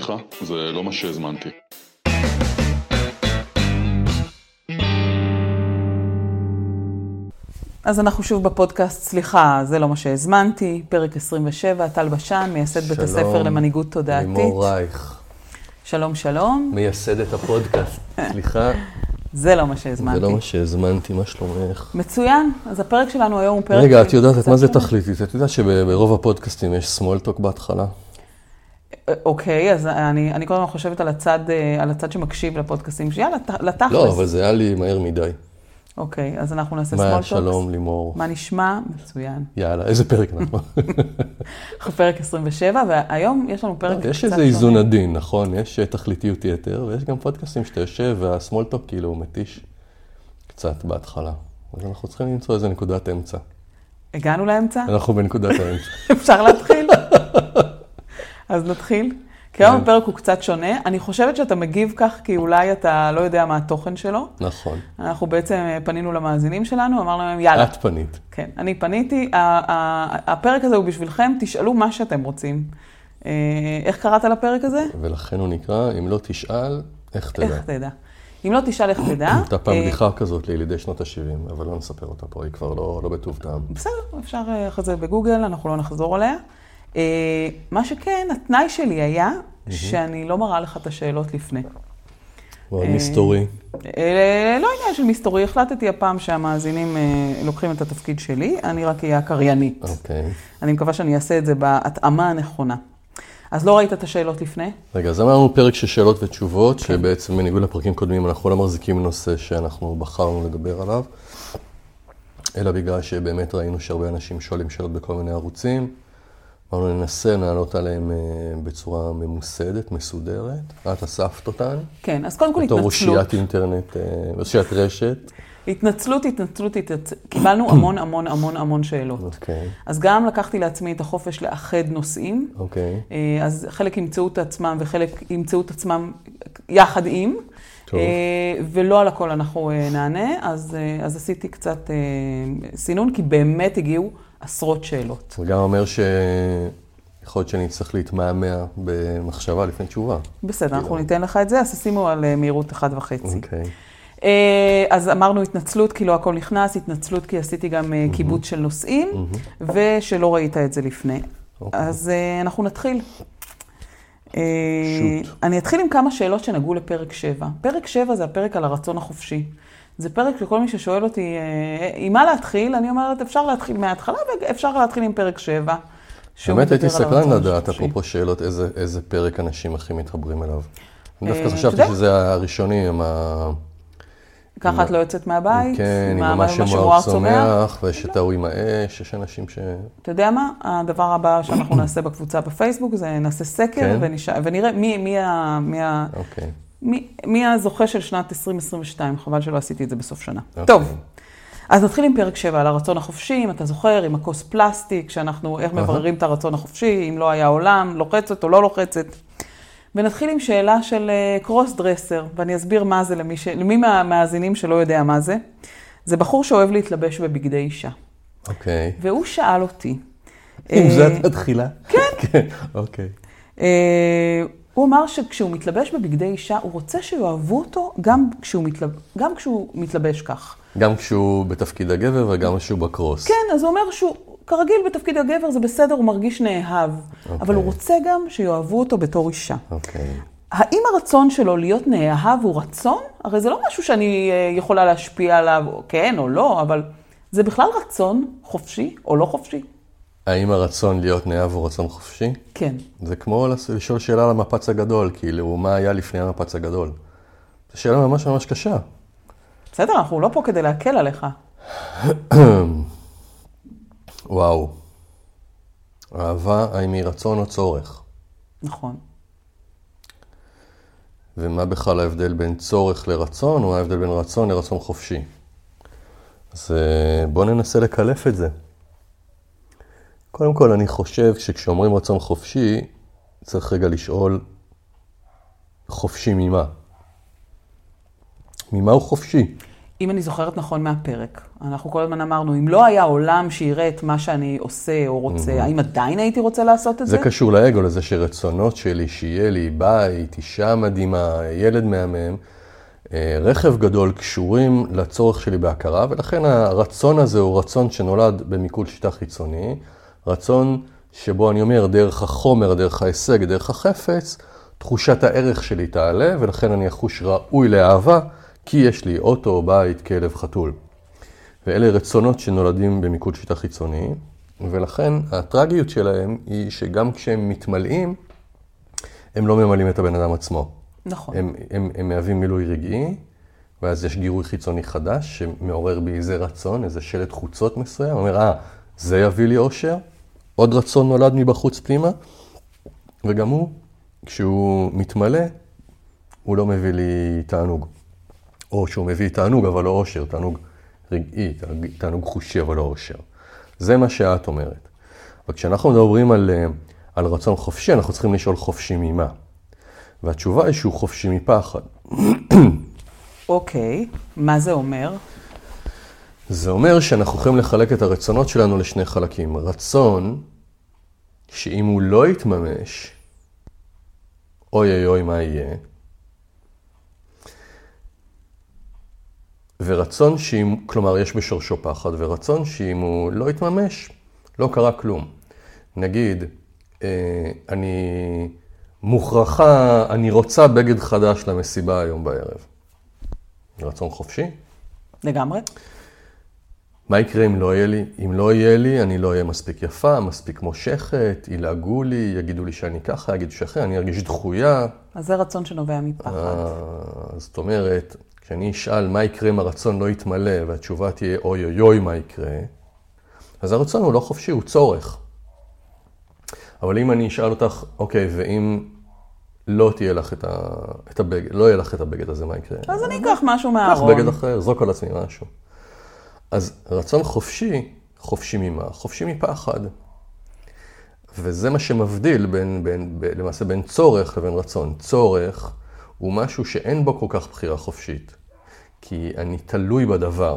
סליחה, זה לא מה שהזמנתי. אז אנחנו שוב בפודקאסט, סליחה, זה לא מה שהזמנתי, פרק 27, טל בשן, מייסד בית הספר למנהיגות תודעתית. שלום, לימור רייך. שלום, שלום. מייסד את הפודקאסט, סליחה. זה לא מה שהזמנתי. זה לא מה שהזמנתי, מה שלומך? מצוין, אז הפרק שלנו היום הוא פרק... רגע, את יודעת מה זה תכליתית? את יודעת שברוב הפודקאסטים יש סמולטוק בהתחלה? אוקיי, אז אני קודם חושבת על הצד שמקשיב לפודקאסטים, שיאללה, לתכלס. לא, אבל זה היה לי מהר מדי. אוקיי, אז אנחנו נעשה סמולטוקס. מה, שלום, לימור. מה נשמע? מצוין. יאללה, איזה פרק אנחנו? פרק 27, והיום יש לנו פרק קצת שונה. יש איזה איזון עדין, נכון? יש תכליתיות יתר, ויש גם פודקאסטים שאתה יושב, והסמולטוק כאילו הוא מתיש קצת בהתחלה. אז אנחנו צריכים למצוא איזה נקודת אמצע. הגענו לאמצע? אנחנו בנקודת האמצע. אפשר להתחיל? אז נתחיל. כי היום הפרק הוא קצת שונה. אני חושבת שאתה מגיב כך, כי אולי אתה לא יודע מה התוכן שלו. נכון. אנחנו בעצם פנינו למאזינים שלנו, אמרנו להם, יאללה. את פנית. כן, אני פניתי. הפרק הזה הוא בשבילכם, תשאלו מה שאתם רוצים. איך קראת לפרק הזה? ולכן הוא נקרא, אם לא תשאל, איך תדע. איך תדע. אם לא תשאל, איך תדע. הייתה פעם בדיחה כזאת לילידי שנות ה-70, אבל לא נספר אותה פה, היא כבר לא בטוב טעם. בסדר, אפשר אחרי זה בגוגל, אנחנו לא נחזור עליה. מה שכן, התנאי שלי היה שאני לא מראה לך את השאלות לפני. אבל מסתורי. לא עניין של מסתורי, החלטתי הפעם שהמאזינים לוקחים את התפקיד שלי, אני רק אהיה הקריינית. אוקיי. אני מקווה שאני אעשה את זה בהתאמה הנכונה. אז לא ראית את השאלות לפני? רגע, אז אמרנו פרק של שאלות ותשובות, שבעצם בניגוד לפרקים קודמים אנחנו לא מחזיקים נושא שאנחנו בחרנו לדבר עליו, אלא בגלל שבאמת ראינו שהרבה אנשים שואלים שאלות בכל מיני ערוצים, אמרנו ננסה לענות עליהם בצורה ממוסדת, מסודרת. את אספת אותן. כן, אז קודם כל בתור התנצלות. אושיית אינטרנט, אושיית רשת. התנצלות. קיבלנו המון שאלות. אוקיי. אז גם לקחתי לעצמי את החופש לאחד נושאים. אוקיי. אז חלק ימצאו את עצמם וחלק ימצאו את עצמם יחד עם. טוב. ולא על הכל אנחנו נענה. אז עשיתי קצת סינון, כי באמת הגיעו עשרות שאלות. וגם אומר שיכול להיות שאני צריך להתמהמה במחשבה לפני תשובה. בסדר, אנחנו ניתן לך את זה, אז שימו על מהירות 1.5. אוקיי. אז אמרנו התנצלות כי לא הכל נכנס, התנצלות כי עשיתי גם קיבוץ של נושאים, ושלא ראית את זה לפני. אז אנחנו נתחיל. אני אתחיל עם כמה שאלות שנגעו לפרק 7. פרק 7 זה הפרק על הרצון החופשי. זה פרק שכל מי ששואל אותי, עם מה להתחיל? אני אומרת, אפשר להתחיל מההתחלה, ואפשר להתחיל עם פרק 7. באמת הייתי סקרן לדעת, אפרופו שאלות, איזה פרק אנשים הכי מתחברים אליו. אני דווקא חשבתי שזה הראשוני, עם ה... ככה את לא יוצאת מהבית, כן, עם מה שמואר צומח, ויש את ההוא עם האש, יש אנשים ש... אתה יודע מה? הדבר הבא שאנחנו נעשה בקבוצה בפייסבוק, זה נעשה סקר, ונראה מי הזוכה של שנת 2022, חבל שלא עשיתי את זה בסוף שנה. טוב, אז נתחיל עם פרק 7, על הרצון החופשי, אם אתה זוכר, עם הכוס פלסטיק, שאנחנו איך מבררים את הרצון החופשי, אם לא היה עולם, לוחצת או לא לוחצת. ונתחיל עם שאלה של קרוס דרסר, ואני אסביר מה זה למי מהמאזינים שלא יודע מה זה. זה בחור שאוהב להתלבש בבגדי אישה. אוקיי. והוא שאל אותי. אם זה את התחילה? כן. כן, אוקיי. הוא אמר שכשהוא מתלבש בבגדי אישה, הוא רוצה שיאהבו אותו גם כשהוא מתלבש כך. גם כשהוא בתפקיד הגבר וגם כשהוא בקרוס. כן, אז הוא אומר שהוא כרגיל בתפקיד הגבר, זה בסדר, הוא מרגיש נאהב. אבל הוא רוצה גם שיאהבו אותו בתור אישה. אוקיי. האם הרצון שלו להיות נאהב הוא רצון? הרי זה לא משהו שאני יכולה להשפיע עליו, כן או לא, אבל זה בכלל רצון חופשי או לא חופשי? האם הרצון להיות נאהב הוא רצון חופשי? כן. זה כמו לשאול שאלה על המפץ הגדול, כאילו, מה היה לפני המפץ הגדול? זו שאלה ממש ממש קשה. בסדר, אנחנו לא פה כדי להקל עליך. וואו. אהבה, האם היא רצון או צורך? נכון. ומה בכלל ההבדל בין צורך לרצון, או ההבדל בין רצון לרצון חופשי? אז בואו ננסה לקלף את זה. קודם כל, אני חושב שכשאומרים רצון חופשי, צריך רגע לשאול חופשי ממה. ממה הוא חופשי? אם אני זוכרת נכון מהפרק, אנחנו כל הזמן אמרנו, אם לא היה עולם שיראה את מה שאני עושה או רוצה, האם עדיין הייתי רוצה לעשות את זה? זה קשור לאגו, לזה שרצונות שלי, שיהיה לי בית, אישה מדהימה, ילד מהמם, רכב גדול, קשורים לצורך שלי בהכרה, ולכן הרצון הזה הוא רצון שנולד במיקוד שיטה חיצוני, רצון שבו אני אומר, דרך החומר, דרך ההישג, דרך החפץ, תחושת הערך שלי תעלה, ולכן אני אחוש ראוי לאהבה, כי יש לי אוטו, בית, כלב, חתול. ואלה רצונות שנולדים במיקוד שיטה חיצוני, ולכן הטרגיות שלהם היא שגם כשהם מתמלאים, הם לא ממלאים את הבן אדם עצמו. נכון. הם מהווים מילוי רגעי, ואז יש גירוי חיצוני חדש שמעורר בי איזה רצון, איזה שלט חוצות מסוים, אומר, זה יביא לי אושר, עוד רצון נולד מבחוץ פנימה, וגם הוא, כשהוא מתמלא, הוא לא מביא לי תענוג. או שהוא מביא תענוג, אבל לא אושר, תענוג רגעי, תענוג חושי, אבל לא אושר. זה מה שאת אומרת. וכשאנחנו מדברים על רצון חופשי, אנחנו צריכים לשאול חופשי ממה. והתשובה היא שהוא חופשי מפחד. אוקיי, מה זה אומר? זה אומר שאנחנו יכולים לחלק את הרצונות שלנו לשני חלקים. רצון שאם הוא לא יתממש, אוי אוי מה יהיה? ורצון שאם, כלומר יש בשורשו פחד, ורצון שאם הוא לא יתממש, לא קרה כלום. נגיד, אני מוכרחה, אני רוצה בגד חדש למסיבה היום בערב. רצון חופשי? לגמרי. מה יקרה אם לא יהיה לי? אם לא יהיה לי, אני לא אהיה מספיק יפה, מספיק מושכת, ילעגו לי, יגידו לי שאני ככה, יגידו שאחרי, אני ארגיש דחויה. אז זה רצון שנובע מפחד. זאת אומרת, כשאני אשאל מה יקרה אם הרצון לא יתמלא, והתשובה תהיה אוי אוי אוי מה יקרה, אז הרצון הוא לא חופשי, הוא צורך. אבל אם אני אשאל אותך, אוקיי, ואם לא תהיה לך את הבגד, לא יהיה לך את הבגד הזה, מה יקרה? אז אני אקח משהו מהארון. קח בגד אחר, זרוק על עצמי משהו. אז רצון חופשי, חופשי ממה? חופשי מפחד. וזה מה שמבדיל למעשה בין צורך לבין רצון. צורך הוא משהו שאין בו כל כך בחירה חופשית. כי אני תלוי בדבר.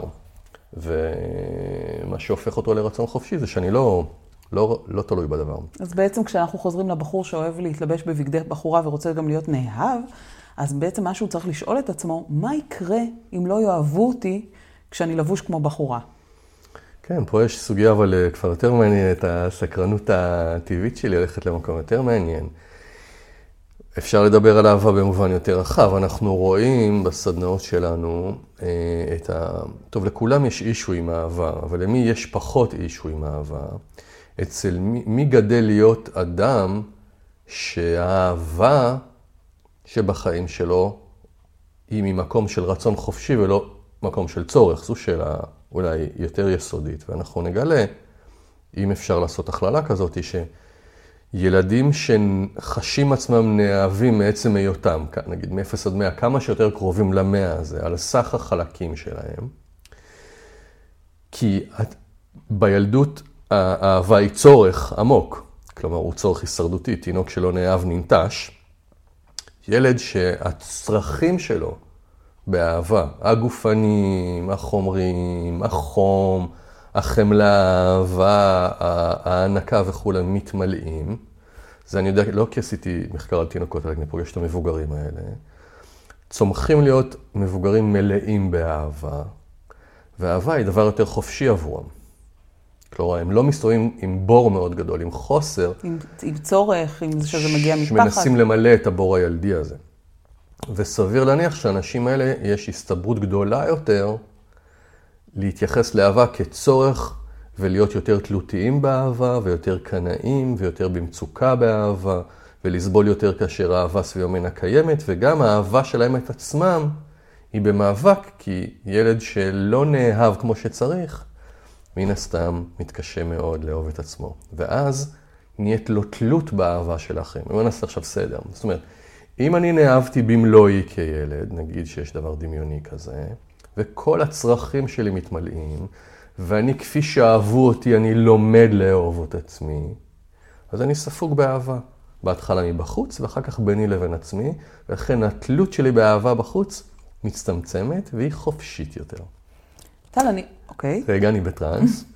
ומה שהופך אותו לרצון חופשי זה שאני לא תלוי בדבר. אז בעצם כשאנחנו חוזרים לבחור שאוהב להתלבש בבגדי בחורה ורוצה גם להיות נאהב, אז בעצם משהו צריך לשאול את עצמו, מה יקרה אם לא יאהבו אותי כשאני לבוש כמו בחורה? כן, פה יש סוגיה אבל כבר יותר מעניין, את הסקרנות הטבעית שלי הולכת למקום יותר מעניין. אפשר לדבר על אהבה במובן יותר רחב. אנחנו רואים בסדנאות שלנו טוב, לכולם יש אישו עם אהבה, אבל למי יש פחות אישו עם אהבה? אצל מי גדל להיות אדם שהאהבה שבחיים שלו היא ממקום של רצון חופשי ולא מקום של צורך. זו שאלה אולי יותר יסודית, ואנחנו נגלה, אם אפשר לעשות הכללה כזאת, שילדים שחשים עצמם נאהבים מעצם היותם, נגיד מ-0 עד 100, כמה שיותר קרובים ל-100 הזה, על סך החלקים שלהם, כי בילדות האהבה היא צורך עמוק, כלומר הוא צורך הישרדותי, תינוק שלא נאהב ננטש, ילד שהצרכים שלו באהבה, הגופנים, החומרים, החום, החמלה, האהבה, ההענקה וכולם מתמלאים. זה אני יודע, לא כי עשיתי מחקר על תינוקות, אלא אני פוגש את המבוגרים האלה. צומחים להיות מבוגרים מלאים באהבה, והאהבה היא דבר יותר חופשי עבורם. כלומר, הם לא מסתובבים עם בור מאוד גדול, עם חוסר. עם צורך, עם זה שזה מגיע מפחד. שמנסים למלא את הבור הילדי הזה. וסביר להניח שאנשים האלה יש הסתברות גדולה יותר להתייחס לאהבה כצורך ולהיות יותר תלותיים באהבה ויותר קנאים ויותר במצוקה באהבה ולסבול יותר כאשר האהבה סביבם אינה קיימת, וגם האהבה שלהם את עצמם היא במאבק, כי ילד שלא נאהב כמו שצריך, מן הסתם מתקשה מאוד לאהוב את עצמו. ואז נהיית לו תלות באהבה שלכם. בואו נעשה עכשיו סדר. זאת אומרת, אם אני נאהבתי במלואי כילד, נגיד שיש דבר דמיוני כזה, וכל הצרכים שלי מתמלאים, ואני כפי שאהבו אותי, אני לומד לאהוב את עצמי, אז אני ספוג באהבה. בהתחלה מבחוץ, ואחר כך ביני לבין עצמי, ולכן התלות שלי באהבה בחוץ מצטמצמת, והיא חופשית יותר. טל, אוקיי. רגע, אני בטרנס.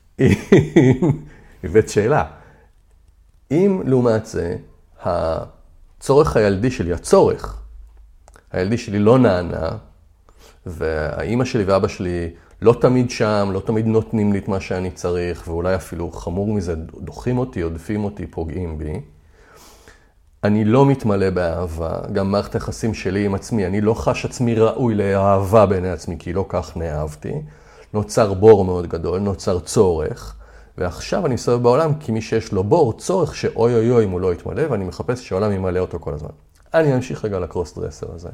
הבאת שאלה. אם לעומת זה, הצורך הילדי שלי, הילדי שלי לא נענה, והאימא שלי ואבא שלי לא תמיד שם, לא תמיד נותנים לי את מה שאני צריך, ואולי אפילו חמור מזה, דוחים אותי, עודפים אותי, פוגעים בי. אני לא מתמלא באהבה, גם מערכת היחסים שלי עם עצמי, אני לא חש עצמי ראוי לאהבה בעיני עצמי, כי לא כך נאהבתי. נוצר בור מאוד גדול, נוצר צורך, ועכשיו אני מסתובב בעולם כמי שיש לו בור, צורך שאוי אוי אוי אם הוא לא יתמלא, ואני מחפש שהעולם ימלא אותו כל הזמן. אני אמשיך רגע לקרוס דרסר הזה,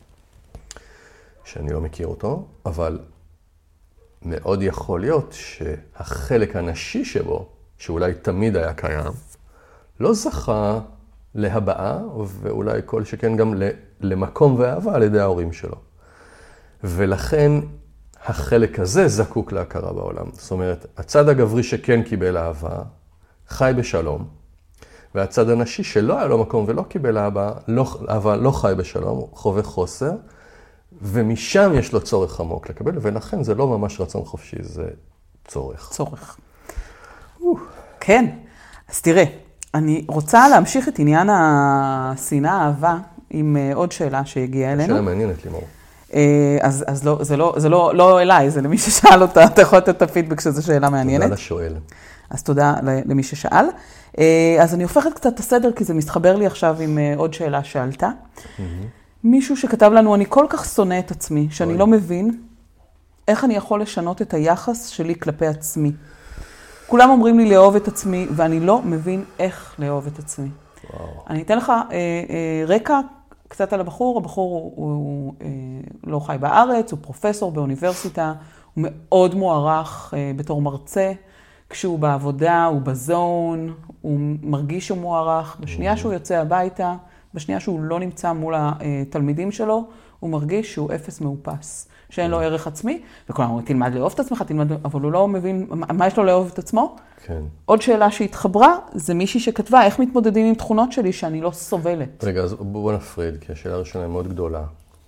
שאני לא מכיר אותו, אבל מאוד יכול להיות שהחלק הנשי שבו, שאולי תמיד היה קיים, לא זכה להבעה, ואולי כל שכן גם למקום ואהבה על ידי ההורים שלו. ולכן החלק הזה זקוק להכרה בעולם. זאת אומרת, הצד הגברי שכן קיבל אהבה, חי בשלום, והצד הנשי שלא היה לו מקום ולא קיבל אהבה, לא חי בשלום, חווה חוסר, ומשם יש לו צורך עמוק לקבל, ולכן זה לא ממש רצון חופשי, זה צורך. צורך. כן, אז תראה, אני רוצה להמשיך את עניין השנאה האהבה עם עוד שאלה שהגיעה אלינו. שאלה מעניינת, לימור. אז זה לא אליי, זה למי ששאל אותה, אתה יכול לתת את הפידבק שזו שאלה מעניינת. תודה לשואל. אז תודה למי ששאל. אז אני הופכת קצת את הסדר, כי זה מסתחבר לי עכשיו עם עוד שאלה שעלתה. מישהו שכתב לנו, אני כל כך שונא את עצמי, שאני לא מבין איך אני יכול לשנות את היחס שלי כלפי עצמי. כולם אומרים לי לאהוב את עצמי, ואני לא מבין איך לאהוב את עצמי. אני אתן לך רקע קצת על הבחור. הבחור הוא לא חי בארץ, הוא פרופסור באוניברסיטה, הוא מאוד מוערך בתור מרצה. כשהוא בעבודה, הוא בזון, הוא מרגיש שהוא מוערך. בשנייה שהוא יוצא הביתה, בשנייה שהוא לא נמצא מול התלמידים שלו, הוא מרגיש שהוא אפס מאופס, שאין לו ערך עצמי, וכולם אומרים, תלמד לאהוב את עצמך, אבל הוא לא מבין מה יש לו לאהוב את עצמו. כן. עוד שאלה שהתחברה, זה מישהי שכתבה, איך מתמודדים עם תכונות שלי שאני לא סובלת? רגע, אז בוא נפריד, כי השאלה הראשונה היא מאוד גדולה.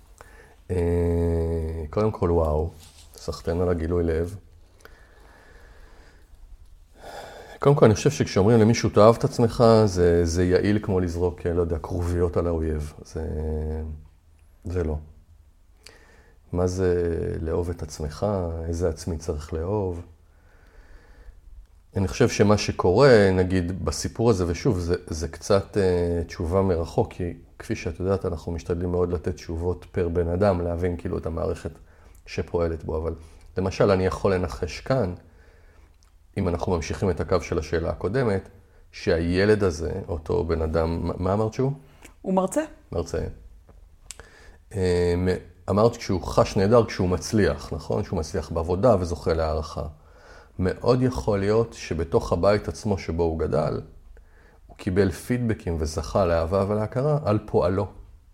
קודם כל, וואו, סחטן על הגילוי לב. קודם כל, אני חושב שכשאומרים למישהו, תאהב את עצמך, זה יעיל כמו לזרוק, לא יודע, כרוביות על האויב. זה לא. מה זה לאהוב את עצמך? איזה עצמי צריך לאהוב? אני חושב שמה שקורה, נגיד, בסיפור הזה, ושוב, זה קצת תשובה מרחוק, כי כפי שאת יודעת, אנחנו משתדלים מאוד לתת תשובות פר בן אדם, להבין כאילו את המערכת שפועלת בו. אבל למשל, אני יכול לנחש כאן, אם אנחנו ממשיכים את הקו של השאלה הקודמת, שהילד הזה, אותו בן אדם, מה אמרת שהוא? הוא מרצה. מרצה. אמרת כשהוא חש נהדר, כשהוא מצליח, נכון? שהוא מצליח בעבודה וזוכה להערכה. מאוד יכול להיות שבתוך הבית עצמו שבו הוא גדל, הוא קיבל פידבקים וזכה לאהבה ולהכרה על פועלו.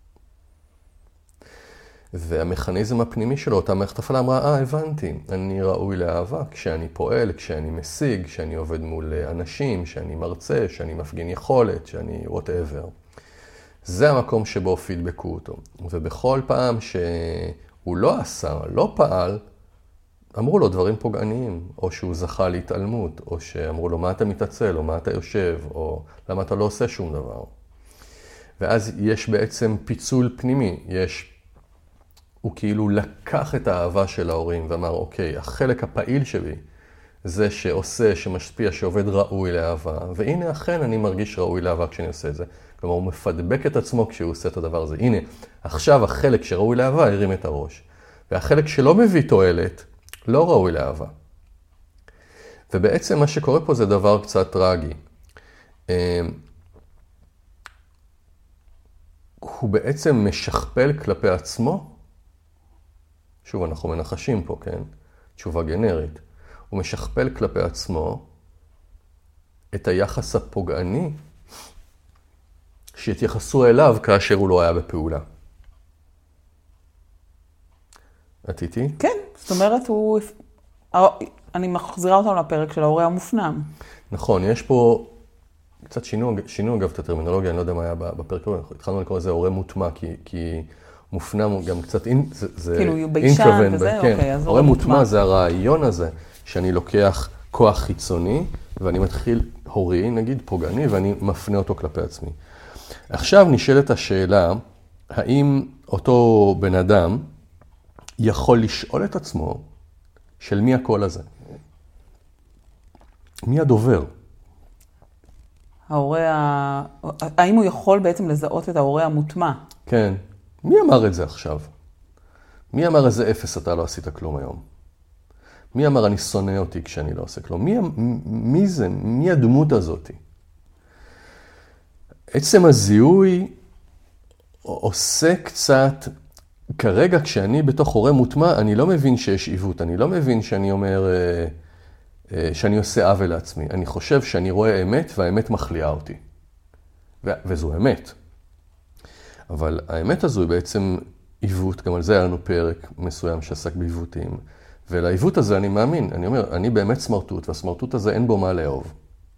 והמכניזם הפנימי שלו, אותה מערכת הפעלה אמרה, הבנתי, אני ראוי לאהבה כשאני פועל, כשאני משיג, כשאני עובד מול אנשים, כשאני מרצה, כשאני מפגין יכולת, כשאני whatever. זה המקום שבו פידבקו אותו. ובכל פעם שהוא לא עשה, לא פעל, אמרו לו דברים פוגעניים, או שהוא זכה להתעלמות, או שאמרו לו מה אתה מתעצל, או מה אתה יושב, או למה אתה לא עושה שום דבר. ואז יש בעצם פיצול פנימי, הוא כאילו לקח את האהבה של ההורים ואמר, אוקיי, החלק הפעיל שלי זה שעושה, שמשפיע, שעובד ראוי לאהבה, והנה אכן אני מרגיש ראוי לאהבה כשאני עושה את זה. כלומר, הוא מפדבק את עצמו כשהוא עושה את הדבר הזה. הנה, עכשיו החלק שראוי לאהבה הרים את הראש. והחלק שלא מביא תועלת, לא ראוי לאהבה. ובעצם מה שקורה פה זה דבר קצת טרגי. הוא בעצם משכפל כלפי עצמו, שוב, אנחנו מנחשים פה, כן? תשובה גנרית. הוא משכפל כלפי עצמו את היחס הפוגעני שהתייחסו אליו כאשר הוא לא היה בפעולה. את איתי? כן, זאת אומרת, אני מחזירה אותם לפרק של ההורה המופנם. נכון, יש פה קצת שינו אגב את הטרמינולוגיה, אני לא יודע מה היה בפרק, התחלנו לקרוא לזה הורה מוטמע, כי מופנם גם קצת, זה כאילו ביישן וזה, כן. אוקיי, אז הורה מוטמע זה הרעיון הזה, שאני לוקח כוח חיצוני, ואני מתחיל הורי, נגיד פוגעני, ואני מפנה אותו כלפי עצמי. עכשיו נשאלת השאלה, האם אותו בן אדם יכול לשאול את עצמו של מי הקול הזה? מי הדובר? האם הוא יכול בעצם לזהות את ההורה המוטמע? כן. מי אמר את זה עכשיו? מי אמר איזה אפס אתה לא עשית כלום היום? מי אמר אני שונא אותי כשאני לא עושה כלום? מי זה? מי הדמות הזאת? עצם הזיהוי עושה קצת, כרגע כשאני בתוך הורה מוטמע, אני לא מבין שיש עיוות, אני לא מבין שאני אומר, שאני עושה עוול לעצמי. אני חושב שאני רואה אמת והאמת מחליאה אותי. וזו אמת. אבל האמת הזו היא בעצם עיוות, גם על זה היה לנו פרק מסוים שעסק בעיוותים. ולעיוות הזה אני מאמין, אני אומר, אני באמת סמרטוט, והסמרטוט הזה אין בו מה לאהוב.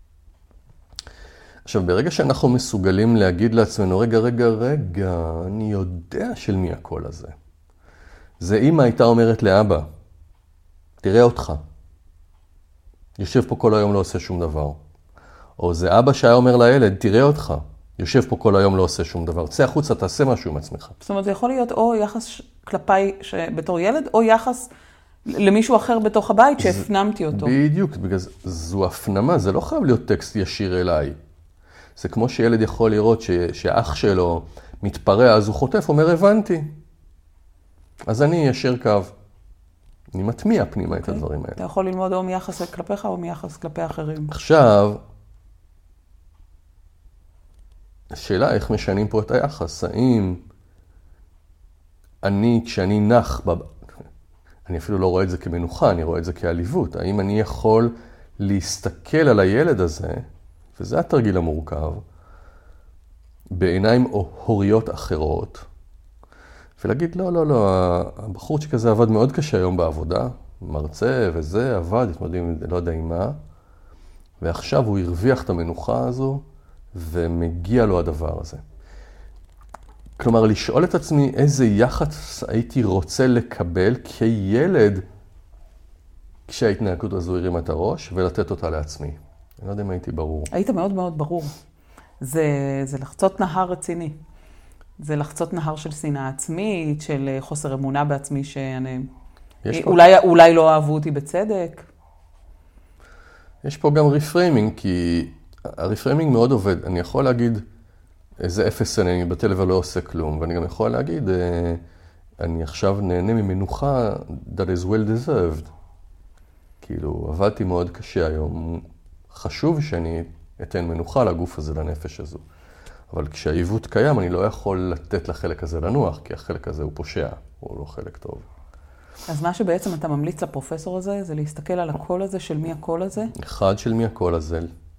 עכשיו, ברגע שאנחנו מסוגלים להגיד לעצמנו, רגע, אני יודע של מי הקול הזה. זה אמא הייתה אומרת לאבא, תראה אותך. יושב פה כל היום לא עושה שום דבר. או זה אבא שהיה אומר לילד, תראה אותך. יושב פה כל היום לא עושה שום דבר. צא החוצה, תעשה משהו עם עצמך. זאת אומרת, זה יכול להיות או יחס כלפיי בתור ילד, או יחס למישהו אחר בתוך הבית שהפנמתי אותו. בדיוק, בגלל זו הפנמה, זה לא חייב להיות טקסט ישיר אליי. זה כמו שילד יכול לראות שהאח שלו מתפרע, אז הוא חוטף, אומר, הבנתי. אז אני ישר קו. אני מטמיע פנימה את הדברים האלה. אתה יכול ללמוד או מיחס כלפיך או מיחס כלפי אחרים. עכשיו, השאלה איך משנים פה את היחס. האם כשאני נח, אני אפילו לא רואה את זה כמנוחה, אני רואה את זה כעליבות. האם אני יכול להסתכל על הילד הזה, וזה התרגיל המורכב, בעיניים הוריות אחרות, ולהגיד, לא, הבחורצ'יק הזה עבד מאוד קשה היום בעבודה, מרצה וזה, עבד, התמודדים, לא יודע עם מה, ועכשיו הוא הרוויח את המנוחה הזו, ומגיע לו הדבר הזה. כלומר, לשאול את עצמי איזה יחס הייתי רוצה לקבל כילד, כשההתנהגות הזו הרימה את הראש, ולתת אותה לעצמי. אני לא יודע אם הייתי ברור. היית מאוד מאוד ברור. זה לחצות נהר רציני. זה לחצות נהר של שנאה עצמית, של חוסר אמונה בעצמי, אולי לא אהבו אותי בצדק. יש פה גם ריפריימינג, כי הריפריימינג מאוד עובד. אני יכול להגיד, איזה אפס אני בטל ולא עושה כלום, ואני גם יכול להגיד, אני עכשיו נהנה ממנוחה that is well deserved. כאילו, עבדתי מאוד קשה היום. חשוב שאני אתן מנוחה לגוף הזה, לנפש הזו. אבל כשהעיוות קיים, אני לא יכול לתת לחלק הזה לנוח, כי החלק הזה הוא פושע, הוא לא חלק טוב. אז מה שבעצם אתה ממליץ לפרופסור הזה, זה להסתכל על הקול הזה, של מי הקול הזה? אחד, של מי הקול הזה.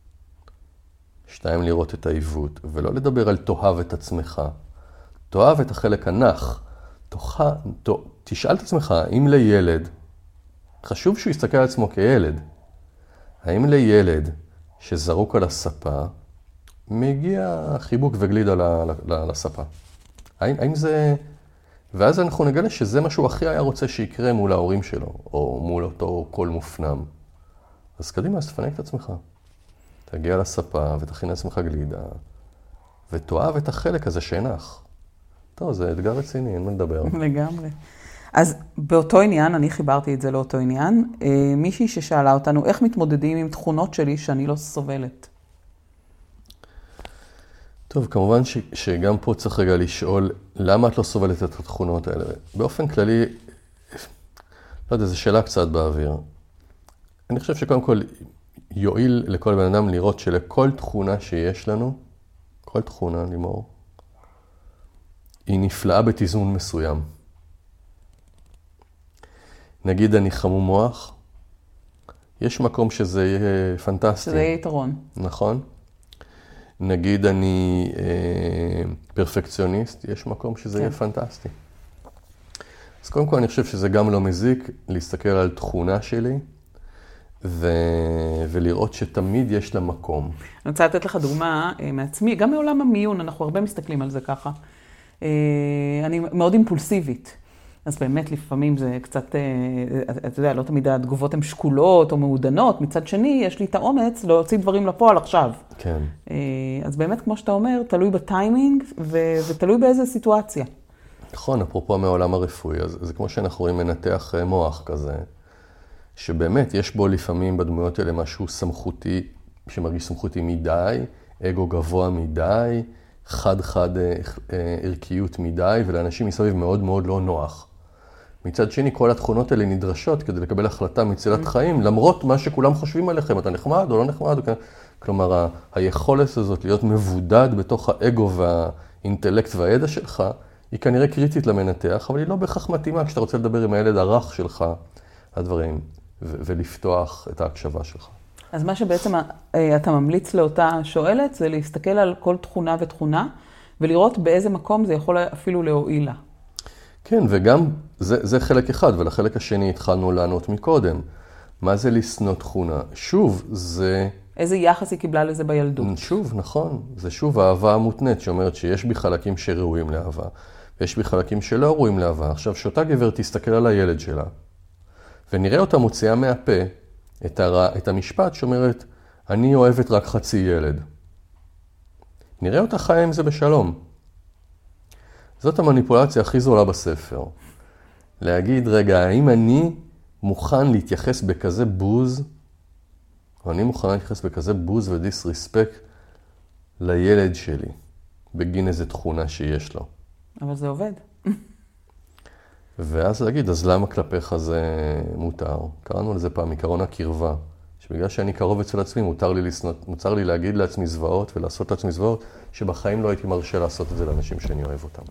2, לראות את העיוות, ולא לדבר על תאהב את עצמך. תאהב את החלק הנח. תשאל את עצמך, האם לילד, חשוב שהוא יסתכל על עצמו כילד, האם לילד שזרוק על הספה, מגיע חיבוק וגליד על הספה? האם זה... ואז אנחנו נגלה שזה מה שהוא הכי היה רוצה שיקרה מול ההורים שלו, או מול אותו קול מופנם. אז קדימה, אז תפנק את עצמך. תגיע לספה ותכין לעצמך גלידה, ותאהב את החלק הזה שנח. טוב, זה אתגר רציני, אין מה לדבר. לגמרי. אז באותו עניין, אני חיברתי את זה לאותו עניין, מישהי ששאלה אותנו, איך מתמודדים עם תכונות שלי שאני לא סובלת? טוב, כמובן שגם פה צריך רגע לשאול, למה את לא סובלת את התכונות האלה? באופן כללי, לא יודע, זו שאלה קצת באוויר. אני חושב שקודם כל יועיל לכל בן אדם לראות שלכל תכונה שיש לנו, כל תכונה, לימור, היא נפלאה בתיזון מסוים. נגיד אני חמום מוח, יש מקום שזה יהיה פנטסטי. שזה יהיה יתרון. נכון. נגיד אני פרפקציוניסט, יש מקום שזה יהיה פנטסטי. אז קודם כל אני חושב שזה גם לא מזיק להסתכל על תכונה שלי, ולראות שתמיד יש לה מקום. אני רוצה לתת לך דוגמה מעצמי, גם מעולם המיון, אנחנו הרבה מסתכלים על זה ככה. אני מאוד אימפולסיבית. אז באמת לפעמים זה קצת, אתה יודע, לא תמיד התגובות הן שקולות או מעודנות. מצד שני, יש לי את האומץ להוציא דברים לפועל עכשיו. כן. אז באמת, כמו שאתה אומר, תלוי בטיימינג ותלוי באיזה סיטואציה. נכון, אפרופו מהעולם הרפואי, אז זה כמו שאנחנו רואים מנתח מוח כזה, שבאמת יש בו לפעמים בדמויות האלה משהו סמכותי, שמרגיש סמכותי מדי, אגו גבוה מדי, חד ערכיות מדי, ולאנשים מסביב מאוד מאוד לא נוח. מצד שני, כל התכונות האלה נדרשות כדי לקבל החלטה מצילת חיים, למרות מה שכולם חושבים עליכם, אתה נחמד או לא נחמד. כלומר, היכולת הזאת להיות מבודד בתוך האגו והאינטלקט והידע שלך, היא כנראה קריטית למנתח, אבל היא לא בהכרח מתאימה כשאתה רוצה לדבר עם הילד הרך שלך, הדברים, ולפתוח את ההקשבה שלך. אז מה שבעצם אתה ממליץ לאותה שואלת, זה להסתכל על כל תכונה ותכונה, ולראות באיזה מקום זה יכול אפילו להועיל לה. כן, וגם זה חלק אחד, ולחלק השני התחלנו לענות מקודם. מה זה לשנוא תכונה? שוב, זה... איזה יחס היא קיבלה לזה בילדות? שוב, נכון. זה שוב האהבה המותנית, שאומרת שיש בי חלקים שראויים לאהבה, ויש בי חלקים שלא ראויים לאהבה. עכשיו, שאותה גבר תסתכל על הילד שלה, ונראה אותה מוציאה מהפה את המשפט שאומרת, אני אוהבת רק חצי ילד. נראה אותה חיה עם זה בשלום. זאת המניפולציה הכי זולה בספר. להגיד, רגע, האם אני מוכן להתייחס בכזה בוז, או אני מוכן להתייחס בכזה בוז ודיסרספקט לילד שלי, בגין איזו תכונה שיש לו. אבל זה עובד. ואז להגיד, אז למה כלפיך זה מותר? קראנו לזה פעם, עקרון הקרבה. שבגלל שאני קרוב אצל עצמי, מותר לי להגיד לעצמי זוועות ולעשות לעצמי זוועות, שבחיים לא הייתי מרשה לעשות את זה לאנשים שאני אוהב אותם.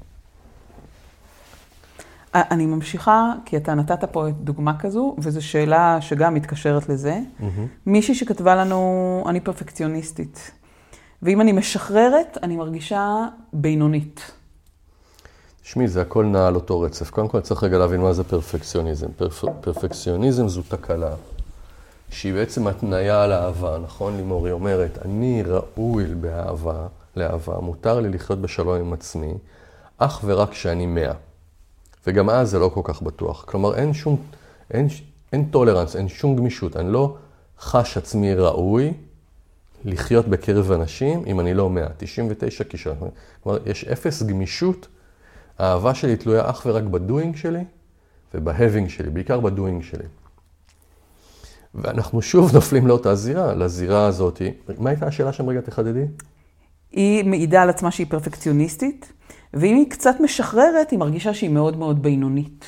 אני ממשיכה, כי אתה נתת פה דוגמה כזו, וזו שאלה שגם מתקשרת לזה. מישהי שכתבה לנו, אני פרפקציוניסטית. ואם אני משחררת, אני מרגישה בינונית. תשמעי, זה הכל נע על אותו רצף. קודם כל צריך רגע להבין מה זה פרפקציוניזם. פרפקציוניזם זו תקלה, שהיא בעצם התניה על האהבה, נכון? לימור, היא אומרת, אני ראוי לאהבה, מותר לי לחיות בשלום עם עצמי, אך ורק כשאני 100. וגם אז זה לא כל כך בטוח. כלומר, אין טולרנס, אין שום גמישות. אני לא חש עצמי ראוי לחיות בקרב אנשים אם אני לא 100. 99 כישרון. כלומר, יש אפס גמישות. האהבה שלי תלויה אך ורק בדואינג שלי ובהבינג שלי, בעיקר בדואינג שלי. ואנחנו שוב נופלים לאותה זירה, לזירה הזאת. מה הייתה השאלה שם רגע תחדדי? היא מעידה על עצמה שהיא פרפקציוניסטית, ואם היא קצת משחררת, היא מרגישה שהיא מאוד מאוד בינונית.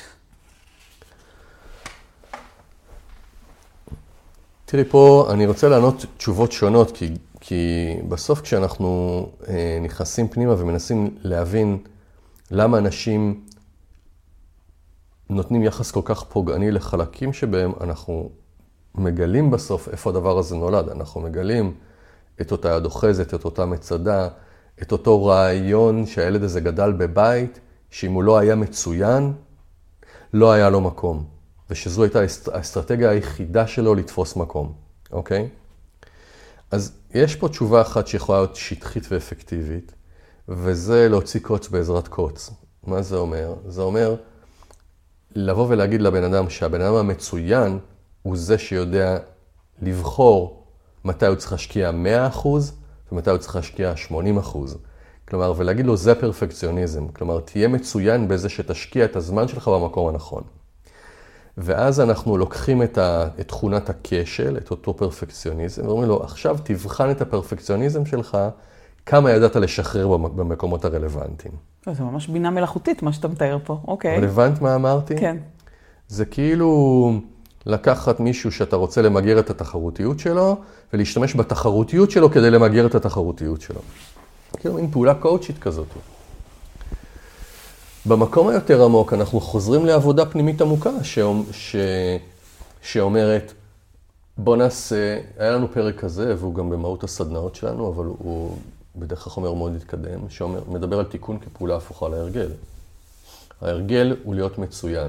תראי, פה אני רוצה לענות תשובות שונות, כי בסוף כשאנחנו נכנסים פנימה ומנסים להבין למה אנשים נותנים יחס כל כך פוגעני לחלקים שבהם אנחנו מגלים בסוף איפה הדבר הזה נולד. אנחנו מגלים את אותה יד אוחזת, את אותה מצדה, את אותו רעיון שהילד הזה גדל בבית, שאם הוא לא היה מצוין, לא היה לו מקום. ושזו הייתה האסטרטגיה היחידה שלו לתפוס מקום. אוקיי? אז יש פה תשובה אחת שיכולה להיות שטחית ואפקטיבית, וזה להוציא קוץ בעזרת קוץ. מה זה אומר? זה אומר לבוא ולהגיד לבן אדם שהבן אדם המצוין הוא זה שיודע לבחור מתי הוא צריך להשקיע 100% ומתי הוא צריך להשקיע 80%. כלומר, ולהגיד לו זה פרפקציוניזם. כלומר, תהיה מצוין בזה שתשקיע את הזמן שלך במקום הנכון. ואז אנחנו לוקחים את תכונת הכשל, את אותו פרפקציוניזם, ואומרים לו, עכשיו תבחן את הפרפקציוניזם שלך, כמה ידעת לשחרר במקומות הרלוונטיים. זה ממש בינה מלאכותית, מה שאתה מתאר פה. אוקיי. אבל הבנת מה אמרתי? כן. זה כאילו לקחת מישהו שאתה רוצה למגר את התחרותיות שלו, ולהשתמש בתחרותיות שלו כדי למגר את התחרותיות שלו. כאילו מין פעולה קואוצ'ית כזאת. במקום היותר עמוק אנחנו חוזרים לעבודה פנימית עמוקה, שאומרת, בוא נעשה, היה לנו פרק כזה, והוא גם במהות הסדנאות שלנו, אבל הוא בדרך כלל חומר מאוד התקדם, שמדבר על תיקון כפעולה הפוכה להרגל. ההרגל הוא להיות מצוין,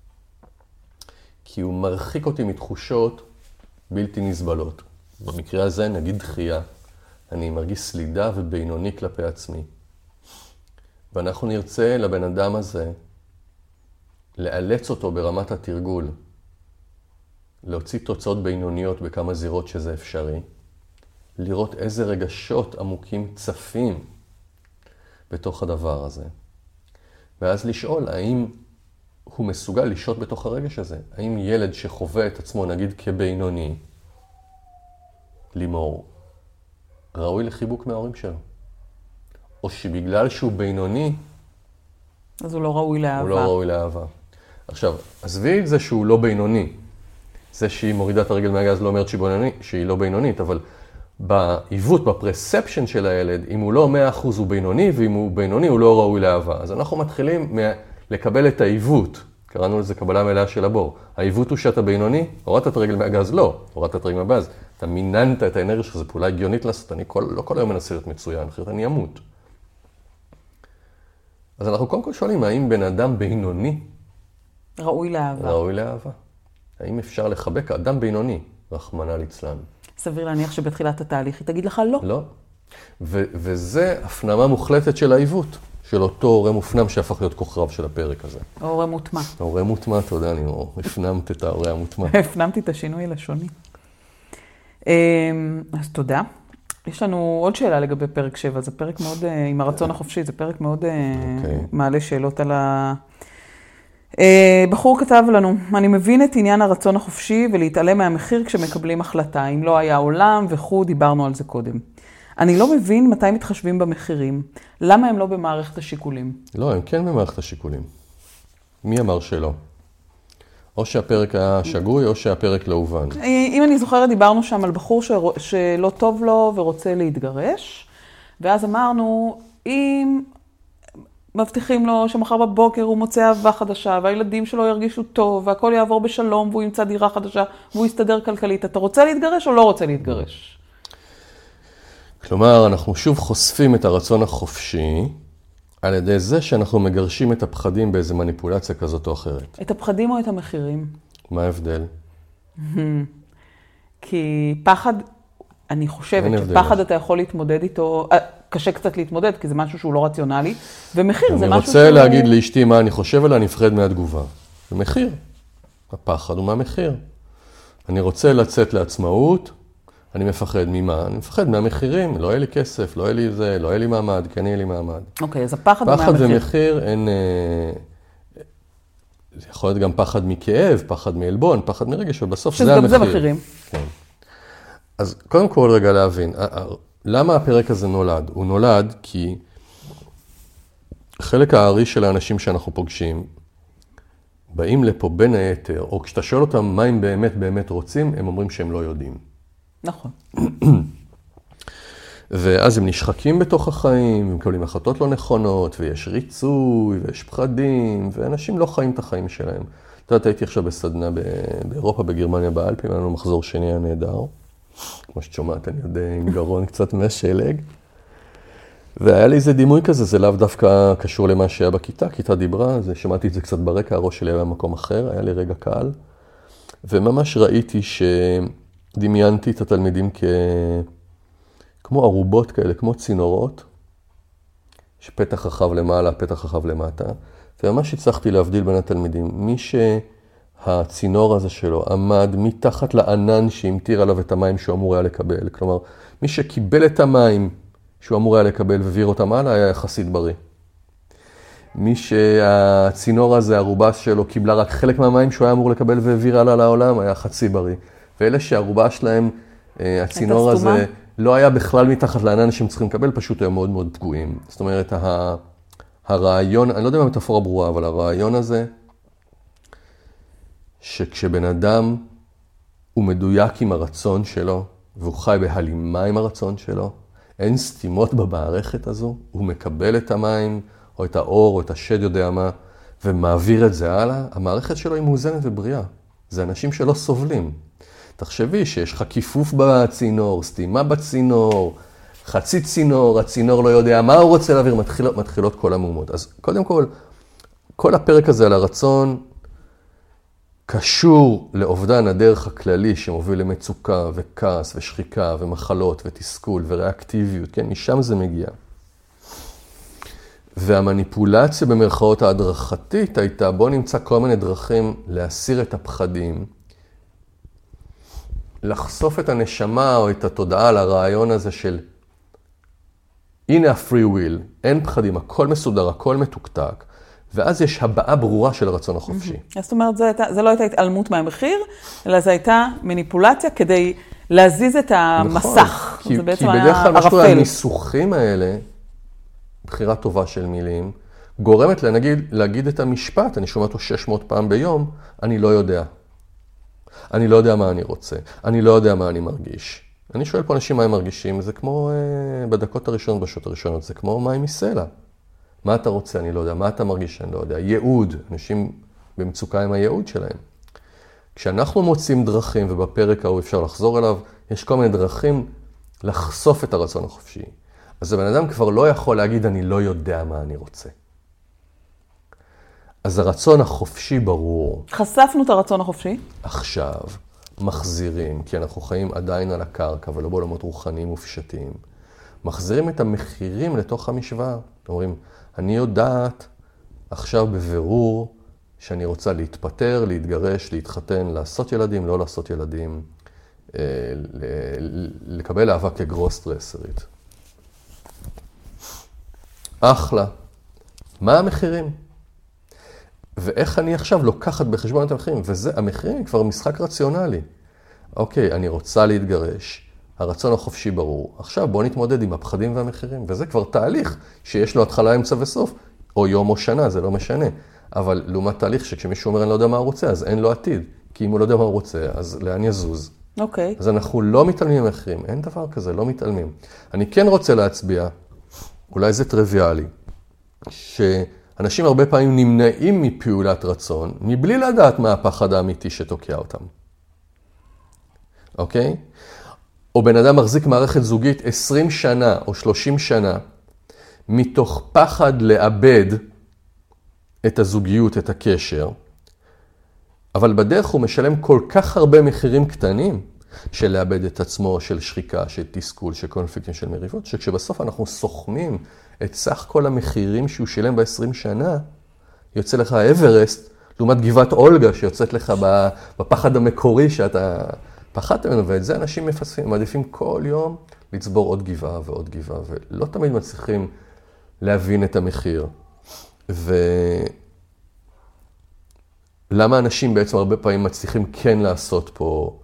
כי הוא מרחיק אותי מתחושות בלתי נסבלות. במקרה הזה נגיד דחייה, אני מרגיש סלידה ובינוני כלפי עצמי. ואנחנו נרצה לבן אדם הזה לאלץ אותו ברמת התרגול, להוציא תוצאות בינוניות בכמה זירות שזה אפשרי, לראות איזה רגשות עמוקים צפים בתוך הדבר הזה, ואז לשאול האם הוא מסוגל לשהות בתוך הרגש הזה. האם ילד שחווה את עצמו, נגיד כבינוני, לימור, ראוי לחיבוק מההורים שלו? או שבגלל שהוא בינוני, אז הוא לא ראוי לאהבה. הוא לא ראוי לאהבה. עכשיו, עזבי את זה שהוא לא בינוני. זה שהיא מורידה את הרגל מהגז לא אומרת שהיא לא בינונית, אבל בעיוות, בפרספשן של הילד, אם הוא לא 100% הוא בינוני, ואם הוא בינוני הוא לא ראוי לאהבה. אז אנחנו מתחילים לקבל את העיוות. קראנו לזה קבלה מלאה של הבור. העיוות הוא שאתה בינוני, הורדת את הרגל מהגז? לא. הורדת את הרגל מהגז. אתה מיננת את האנרגיה שלך, זו פעולה הגיונית לעשות. אני לא כל היום מנסה להיות מצוין, אחרת אני אמות. אז אנחנו קודם כל שואלים, האם בן אדם בינוני ראוי לאהבה? ראוי לאהבה. האם אפשר לחבק אדם בינוני, רחמנא ליצלן? סביר להניח שבתחילת התהליך היא תגיד לך לא. לא. וזה הפנמה מוחלטת של העיוות, של אותו הורה מופנם שהפך להיות כוכב של הפרק הזה. הורה מוטמע. הורה מוטמע, אתה יודע, אני הפנמת את ההורה המוטמע. הפנמתי את השינוי הלשוני. אז תודה. יש לנו עוד שאלה לגבי פרק 7, זה פרק מאוד, עם הרצון החופשי, זה פרק מאוד מעלה שאלות על בחור כתב לנו, אני מבין את עניין הרצון החופשי ולהתעלם מהמחיר כשמקבלים החלטה. אם לא היה עולם וכו', דיברנו על זה קודם. אני לא מבין מתי מתחשבים במחירים. למה הם לא במערכת השיקולים? לא, הם כן במערכת השיקולים. מי אמר שלא? או שהפרק היה שגוי או שהפרק לא הובן. אם אני זוכרת, דיברנו שם על בחור שלא טוב לו ורוצה להתגרש, ואז אמרנו, אם מבטיחים לו שמחר בבוקר הוא מוצא אהבה חדשה, והילדים שלו ירגישו טוב, והכל יעבור בשלום, והוא ימצא דירה חדשה, והוא יסתדר כלכלית, אתה רוצה להתגרש או לא רוצה להתגרש? כלומר, אנחנו שוב חושפים את הרצון החופשי, על ידי זה שאנחנו מגרשים את הפחדים באיזו מניפולציה כזאת או אחרת. את הפחדים או את המחירים? מה ההבדל? כי פחד, אני חושבת שפחד אתה יכול להתמודד איתו, קשה קצת להתמודד, כי זה משהו שהוא לא רציונלי, ומחיר זה משהו אני רוצה להגיד לאשתי מה אני חושב עליה, אני אפחד מהתגובה. זה מחיר. הפחד הוא מהמחיר. אני רוצה לצאת לעצמאות, אני מפחד ממה? אני מפחד מהמחירים, לא יהיה לי כסף, לא יהיה לי זה, לא יהיה לי מעמד, כן יהיה לי מעמד. אוקיי, אז הפחד הוא מהמחיר. פחד ומחיר אין, זה יכול להיות גם פחד מכאב, פחד מעלבון, פחד מרגש, ובסוף זה המחיר. שזה מחירים. כן. אז קודם כל רגע להבין, למה הפרק הזה נולד? הוא נולד כי חלק הארי של האנשים שאנחנו פוגשים, באים לפה בין היתר, או כשאתה שואל אותם מה הם באמת רוצים, הם אומרים שהם לא יודעים. נכון. ואז הם נשחקים בתוך החיים, הם מקבלים החלטות לא נכונות, ויש ריצוי, ויש פחדים, ואנשים לא חיים את החיים שלהם. אתה יודעת, הייתי עכשיו בסדנה באירופה, בגרמניה, באלפים, היה לנו מחזור שני הנהדר. כמו שאת שומעת, אני יודע, עם גרון קצת מהשלג. והיה לי איזה דימוי כזה, זה לאו דווקא קשור למה שהיה בכיתה, כיתה דיברה, שמעתי את זה קצת ברקע, הראש שלי היה במקום אחר, היה לי רגע קל. וממש ראיתי דמיינתי את התלמידים כמו ערובות כאלה, כמו צינורות, שפתח רחב למעלה, פתח רחב למטה, וממש הצלחתי להבדיל בין התלמידים. מי שהצינור הזה שלו עמד מתחת לענן שהמטיר עליו את המים שהוא אמור היה לקבל, כלומר, מי שקיבל את המים שהוא אמור היה לקבל והעביר אותם הלאה, היה יחסית בריא. מי שהצינור הזה, הערובה שלו, קיבלה רק חלק מהמים שהוא היה אמור לקבל והעביר הלאה לעולם, היה חצי בריא. ואלה שהערובה שלהם, הצינור הזה, לא היה בכלל מתחת לענן שהם צריכים לקבל, פשוט היה מאוד מאוד פגועים. זאת אומרת, הרעיון, אני לא יודע מה מטאפורה ברורה, אבל הרעיון הזה, שכשבן אדם הוא מדויק עם הרצון שלו, והוא חי בהלימה עם הרצון שלו, אין סתימות במערכת הזו, הוא מקבל את המים, או את האור, או את השד יודע מה, ומעביר את זה הלאה, המערכת שלו היא מאוזנת ובריאה. זה אנשים שלא סובלים. תחשבי שיש לך כיפוף בצינור, סתימה בצינור, חצי צינור, הצינור לא יודע מה הוא רוצה להעביר, מתחילות כל המהומות. אז קודם כל הפרק הזה על הרצון קשור לאובדן הדרך הכללי שמוביל למצוקה וכעס ושחיקה ומחלות ותסכול וריאקטיביות, כן? משם זה מגיע. והמניפולציה במרכאות ההדרכתית הייתה, בוא נמצא כל מיני דרכים להסיר את הפחדים, לחשוף את הנשמה או את התודעה לרעיון הזה של, הנה ה-free will, אין פחדים, הכל מסודר, הכל מתוקתק, ואז יש הבעה ברורה של הרצון החופשי. זאת אומרת, זה לא הייתה התעלמות מהמחיר, אלא זו הייתה מניפולציה כדי להזיז את המסך. כי בדרך כלל משהו הניסוחים האלה, בחירה טובה של מילים, גורמת להגיד את המשפט, אני שומע אותו 600 פעם ביום, אני לא יודע. אני לא יודע מה אני רוצה, אני לא יודע מה אני מרגיש. אני שואל פה אנשים מה הם מרגישים, זה כמו בדקות הראשונות, בשעות הראשונות, זה כמו מים מסלע. מה אתה רוצה? אני לא יודע. מה אתה מרגיש? אני לא יודע. ייעוד. אנשים במצוקה עם הייעוד שלהם. כשאנחנו מוצאים דרכים, ובפרק ההוא אפשר לחזור אליו, יש כל מיני דרכים לחשוף את הרצון החופשי. אז הבן אדם כבר לא יכול להגיד, אני לא יודע מה אני רוצה. אז הרצון החופשי ברור. חשפנו את הרצון החופשי. עכשיו, מחזירים, כי אנחנו חיים עדיין על הקרקע, ולא בעולמות רוחניים ופשטיים. מחזירים את המחירים לתוך המשוואה. אומרים, אני יודעת עכשיו בבירור שאני רוצה להתפטר, להתגרש, להתחתן, לעשות ילדים, לא לעשות ילדים, לקבל אהבה כגרוס-טרסרית. אחלה. מה המחירים? ואיך אני עכשיו לוקחת בחשבון את המחירים? וזה, המחירים כבר משחק רציונלי. אוקיי, אני רוצה להתגרש. הרצון החופשי ברור. עכשיו בוא נתמודד עם הפחדים והמחירים, וזה כבר תהליך שיש לו התחלה, אמצע וסוף, או יום או שנה, זה לא משנה. אבל לעומת תהליך שכשמישהו אומר אני לא יודע מה הוא רוצה, אז אין לו עתיד. כי אם הוא לא יודע מה הוא רוצה, אז לאן יזוז? אוקיי. אז אנחנו לא מתעלמים מהמחירים, אין דבר כזה, לא מתעלמים. אני כן רוצה להצביע, אולי זה טריוויאלי, שאנשים הרבה פעמים נמנעים מפעולת רצון, מבלי לדעת מה הפחד האמיתי שתוקע אותם. אוקיי? או בן אדם מחזיק מערכת זוגית 20 שנה או 30 שנה, מתוך פחד לאבד את הזוגיות, את הקשר, אבל בדרך הוא משלם כל כך הרבה מחירים קטנים, של לאבד את עצמו, של שחיקה, של תסכול, של קונפליקטים, של מריבות, שכשבסוף אנחנו סוכמים את סך כל המחירים שהוא שילם ב-20 שנה, יוצא לך אברסט, לעומת גבעת אולגה שיוצאת לך בפחד המקורי שאתה פחדת ממנו, ואת זה אנשים מפספים, מעדיפים כל יום לצבור עוד גבעה ועוד גבעה, ולא תמיד מצליחים להבין את המחיר. ולמה אנשים בעצם הרבה פעמים מצליחים כן לעשות פה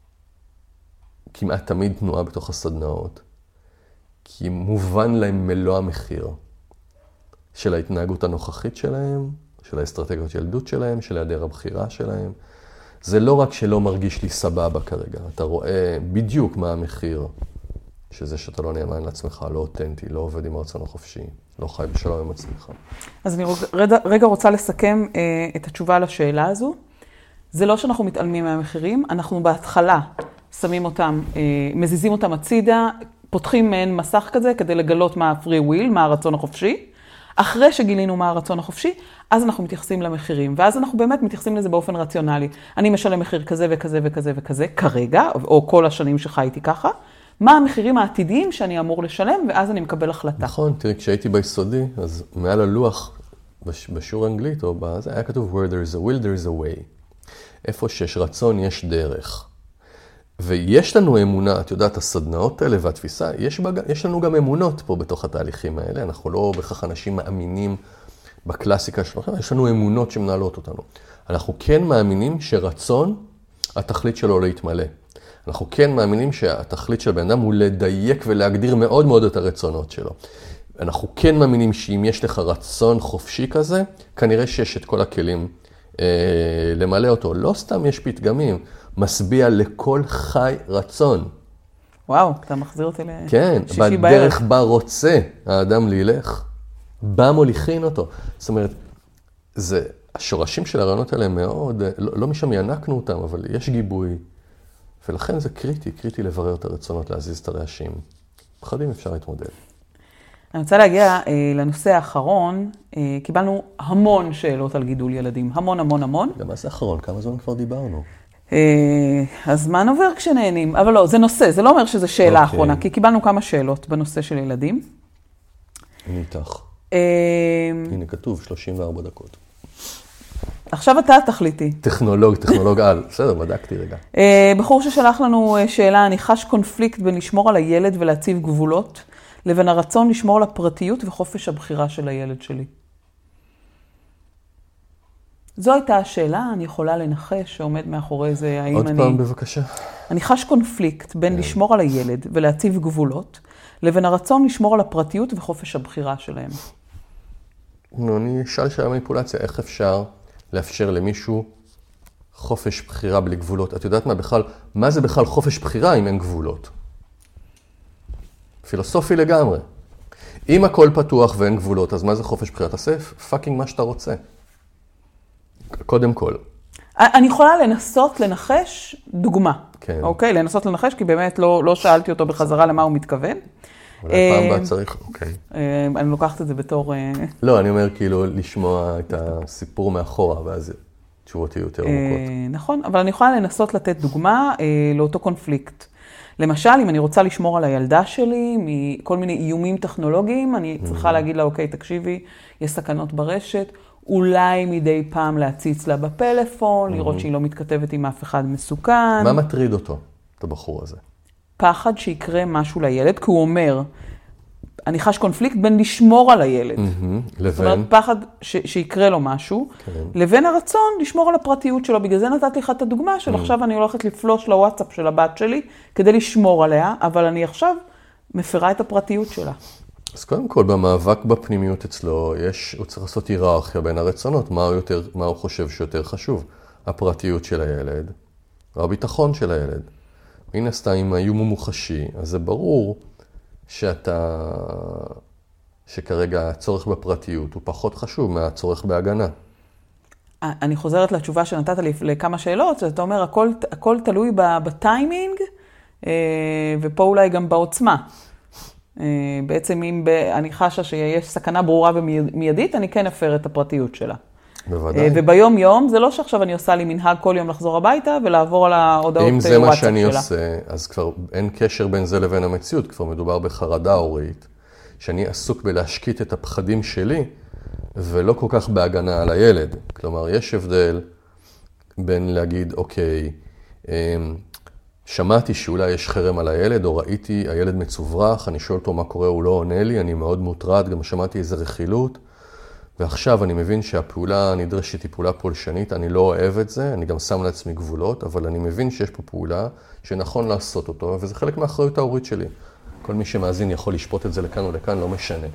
כמעט תמיד תנועה בתוך הסדנאות? כי מובן להם מלוא המחיר של ההתנהגות הנוכחית שלהם, של האסטרטגיות ילדות שלהם, של היעדר הבחירה שלהם. זה לא רק שלא מרגיש לי סבבה כרגע, אתה רואה בדיוק מה המחיר, שזה שאתה לא נאמן לעצמך, לא אותנטי, לא עובד עם הרצון החופשי, לא חי בשלום עם עצמך. אז אני רגע רוצה לסכם את התשובה לשאלה הזו. זה לא שאנחנו מתעלמים מהמחירים, אנחנו בהתחלה שמים אותם, מזיזים אותם הצידה, פותחים מעין מסך כזה כדי לגלות מה ה-free will, מה הרצון החופשי. אחרי שגילינו מה הרצון החופשי, אז אנחנו מתייחסים למחירים, ואז אנחנו באמת מתייחסים לזה באופן רציונלי. אני משלם מחיר כזה וכזה וכזה וכזה, כרגע, או כל השנים שחייתי ככה. מה המחירים העתידיים שאני אמור לשלם, ואז אני מקבל החלטה. נכון, תראי, כשהייתי ביסודי, אז מעל הלוח, בשיעור אנגלית, או בזה, היה כתוב, where there is a will, there is a way. איפה שיש רצון, יש דרך. ויש לנו אמונה, את יודעת, הסדנאות האלה והתפיסה, יש לנו גם אמונות פה בתוך התהליכים האלה, אנחנו לא בכך אנשים מאמינים בקלאסיקה שלכם, יש לנו אמונות שמנהלות אותנו. אנחנו כן מאמינים שרצון, התכלית שלו להתמלא. אנחנו כן מאמינים שהתכלית של בן אדם הוא לדייק ולהגדיר מאוד מאוד את הרצונות שלו. אנחנו כן מאמינים שאם יש לך רצון חופשי כזה, כנראה שיש את כל הכלים למלא אותו. לא סתם יש פתגמים, משביע לכל חי רצון. וואו, אתה מחזיר אותי לשישי כן, בדרך בה רוצה האדם לילך, בה מוליכין אותו. זאת אומרת, השורשים של הרעיונות האלה מאוד, לא משם ינקנו אותם, אבל יש גיבוי. ולכן זה קריטי לברר את הרצונות, להזיז את הרעשים. פחדים אפשר להתמודד. אני רוצה להגיע לנושא האחרון. קיבלנו המון שאלות על גידול ילדים. המון. גם מה זה האחרון? כמה זמן כבר דיברנו? הזמן עובר כשנהנים. אבל לא, זה נושא. זה לא אומר שזו שאלה האחרונה, כי קיבלנו כמה שאלות בנושא של ילדים. אני איתך. הנה כתוב 34 דקות. עכשיו אתה תחליטי. טכנולוג על. בסדר, בדקתי רגע. בחור ששלח לנו שאלה, אני חש קונפליקט בין לשמור על הילד ולהציב גבולות, לבין הרצון לשמור על הפרטיות וחופש הבחירה של הילד שלי. זו הייתה השאלה, אני יכולה לנחש שעומד מאחורי זה, האם עוד פעם בבקשה. אני חש קונפליקט בין לשמור על הילד ולהציב גבולות, לבין הרצון לשמור על הפרטיות וחופש הבחירה שלהם. אני אשאל שאלה מניפולציה, איך אפשר לאפשר למישהו חופש בחירה בלי גבולות? את יודעת מה זה בכלל חופש בחירה אם אין גבולות? פילוסופי לגמרי. אם הכל פתוח ואין גבולות, אז מה זה חופש בחירה? תעשה פאקינג מה שאתה רוצה. קודם כל. אני יכולה לנסות לנחש דוגמה. כן. אוקיי, לנסות לנחש, כי באמת לא שאלתי אותו בחזרה למה הוא מתכוון. אולי פעם הבאה צריך, אוקיי. אני לוקחת את זה בתור... לא, אני אומר כאילו לשמוע את הסיפור מאחורה, ואז תשובות יהיו יותר ארוכות. נכון, אבל אני יכולה לנסות לתת דוגמה לאותו קונפליקט. למשל, אם אני רוצה לשמור על הילדה שלי מכל מיני איומים טכנולוגיים, אני צריכה להגיד לה, אוקיי, תקשיבי, יש סכנות ברשת, אולי מדי פעם להציץ לה בפלאפון, לראות שהיא לא מתכתבת עם אף אחד מסוכן. מה מטריד אותו, את הבחור הזה? פחד שיקרה משהו לילד, כי הוא אומר, אני חש קונפליקט בין לשמור על הילד. זאת אומרת, פחד שיקרה לו משהו, לבין הרצון לשמור על הפרטיות שלו. בגלל זה נתתי לך את הדוגמה של עכשיו אני הולכת לפלוש לוואטסאפ של הבת שלי, כדי לשמור עליה, אבל אני עכשיו מפרה את הפרטיות שלה. אז קודם כל, במאבק בפנימיות אצלו, הוא צריך לעשות היררכיה בין הרצונות. מה הוא חושב שיותר חשוב? הפרטיות של הילד, והביטחון של הילד. מן הסתם, אם האיום הוא מוחשי, אז זה ברור שכרגע הצורך בפרטיות הוא פחות חשוב מהצורך בהגנה. אני חוזרת לתשובה שנתת לי לכמה שאלות, אתה אומר, הכל תלוי בטיימינג, ופה אולי גם בעוצמה. בעצם אם אני חשה שיש סכנה ברורה ומיידית, אני כן אפר את הפרטיות שלה. בוודאי. וביום יום, זה לא שעכשיו אני עושה לי מנהג כל יום לחזור הביתה ולעבור על ההודעות וואטסאפ שלה. אם זה מה שאני עושה, אז כבר אין קשר בין זה לבין המציאות, כבר מדובר בחרדה הורית, שאני עסוק בלהשקיט את הפחדים שלי, ולא כל כך בהגנה על הילד. כלומר, יש הבדל בין להגיד, אוקיי, שמעתי שאולי יש חרם על הילד, או ראיתי, הילד מצוברח, אני שואל אותו מה קורה, הוא לא עונה לי, אני מאוד מוטרד, גם שמעתי איזה רכילות, ועכשיו אני מבין שהפעולה הנדרשת היא פעולה פולשנית, אני לא אוהב את זה, אני גם שם לעצמי גבולות, אבל אני מבין שיש פה פעולה שנכון לעשות אותו, וזה חלק מהאחריות ההורית שלי. כל מי שמאזין יכול לשפוט את זה לכאן או לכאן, לא משנה.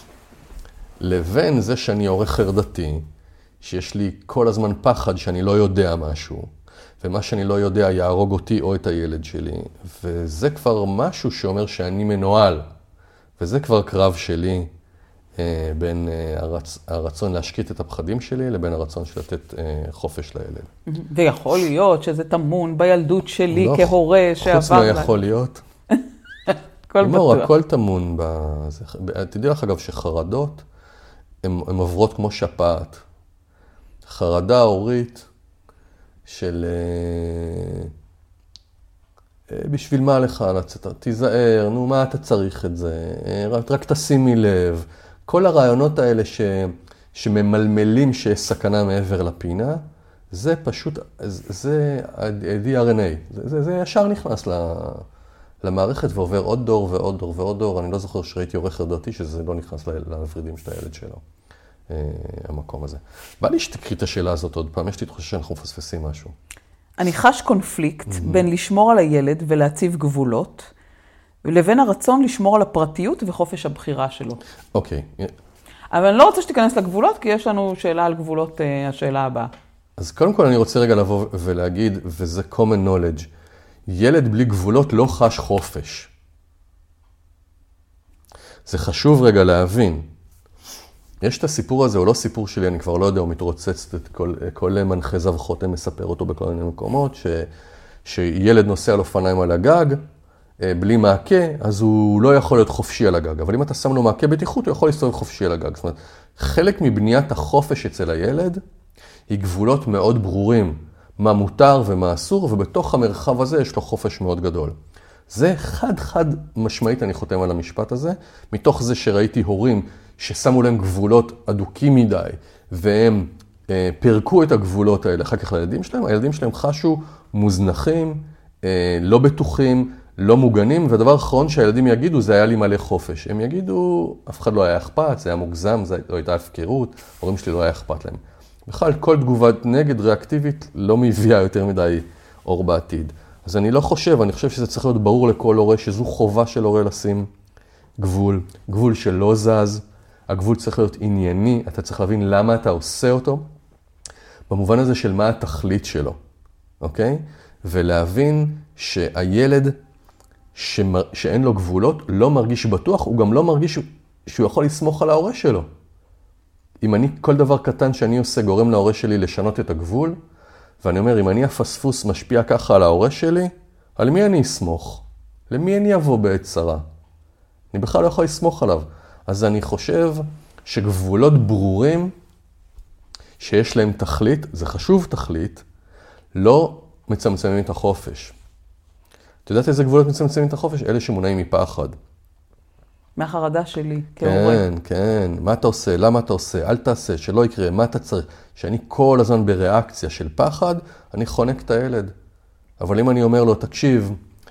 לבין זה שאני עורך חרדתי, שיש לי כל הזמן פחד שאני לא יודע משהו, ומה שאני לא יודע יהרוג אותי או את הילד שלי, וזה כבר משהו שאומר שאני מנוהל, וזה כבר קרב שלי, בין הרצון להשקיט את הפחדים שלי, לבין הרצון של לתת חופש לילד. ויכול להיות שזה תמון בילדות שלי כהורה שעבר... חוץ מה יכול להיות. הכל בטוח. הכל תמון. תדעי לך אגב שחרדות, הן עוברות כמו שפעת. חרדה הורית של... בשביל מה לך לצאת? תיזהר, נו מה אתה צריך את זה? רק תשימי לב. כל הרעיונות האלה שממלמלים שיש סכנה מעבר לפינה, זה פשוט, זה ה-DRNA. זה ישר נכנס למערכת ועובר עוד דור ועוד דור ועוד דור. אני לא זוכר שראיתי עורך חרדתי שזה לא נכנס לוורידים של הילד שלו, המקום הזה. בא לי שתקריא את השאלה הזאת עוד פעם, יש לי תחושה שאנחנו מפספסים משהו. אני חש קונפליקט בין לשמור על הילד ולהציב גבולות, לבין הרצון לשמור על הפרטיות וחופש הבחירה שלו. אוקיי. אבל אני לא רוצה שתיכנס לגבולות, כי יש לנו שאלה על גבולות, השאלה הבאה. אז קודם כל אני רוצה רגע לבוא ולהגיד, וזה common knowledge, ילד בלי גבולות לא חש חופש. זה חשוב רגע להבין. יש את הסיפור הזה, הוא לא סיפור שלי, אני כבר לא יודע, הוא מתרוצץ את כל מנחה זב חותם מספר אותו בכל מיני מקומות, שילד נוסע על אופניים על הגג, בלי מעקה, אז הוא לא יכול להיות חופשי על הגג. אבל אם אתה שם לו מעקה בטיחות, הוא יכול להסתובב חופשי על הגג. זאת אומרת, חלק מבניית החופש אצל הילד, היא גבולות מאוד ברורים, מה מותר ומה אסור, ובתוך המרחב הזה יש לו חופש מאוד גדול. זה חד משמעית, אני חותם על המשפט הזה, מתוך זה שראיתי הורים ששמו להם גבולות אדוקים מדי, והם פרקו את הגבולות האלה אחר כך לילדים שלהם, הילדים שלהם חשו מוזנחים, לא בטוחים, לא מוגנים, והדבר האחרון שהילדים יגידו, זה היה לי מלא חופש. הם יגידו, אף אחד לא היה אכפת, זה היה מוגזם, זה לא הייתה הפקרות, הורים שלי לא היה אכפת להם. בכלל, כל תגובת נגד ריאקטיבית לא מביאה יותר מדי אור בעתיד. אז אני לא חושב, אני חושב שזה צריך להיות ברור לכל הורה, שזו חובה של הורה לשים גבול, גבול שלא זז, הגבול צריך להיות ענייני, אתה צריך להבין למה אתה עושה אותו, במובן הזה של מה התכלית שלו, אוקיי? ולהבין שהילד שאין לו גבולות לא מרגיש בטוח, הוא גם לא מרגיש שהוא יכול לסמוך על ההורה שלו. אם אני, כל דבר קטן שאני עושה גורם להורה שלי לשנות את הגבול, ואני אומר, אם אני הפספוס משפיע ככה על ההורה שלי, על מי אני אסמוך? למי אני אבוא בעת צרה? אני בכלל לא יכול לסמוך עליו. אז אני חושב שגבולות ברורים, שיש להם תכלית, זה חשוב תכלית, לא מצמצמים את החופש. אתה יודעת איזה גבולות מצמצמים את החופש? אלה שמונעים מפחד. מהחרדה שלי, כהורה. כן, כן. מה אתה עושה? למה אתה עושה? אל תעשה, שלא יקרה. מה אתה צריך? שאני כל הזמן בריאקציה של פחד, אני חונק את הילד. אבל אם אני אומר לו, תקשיב,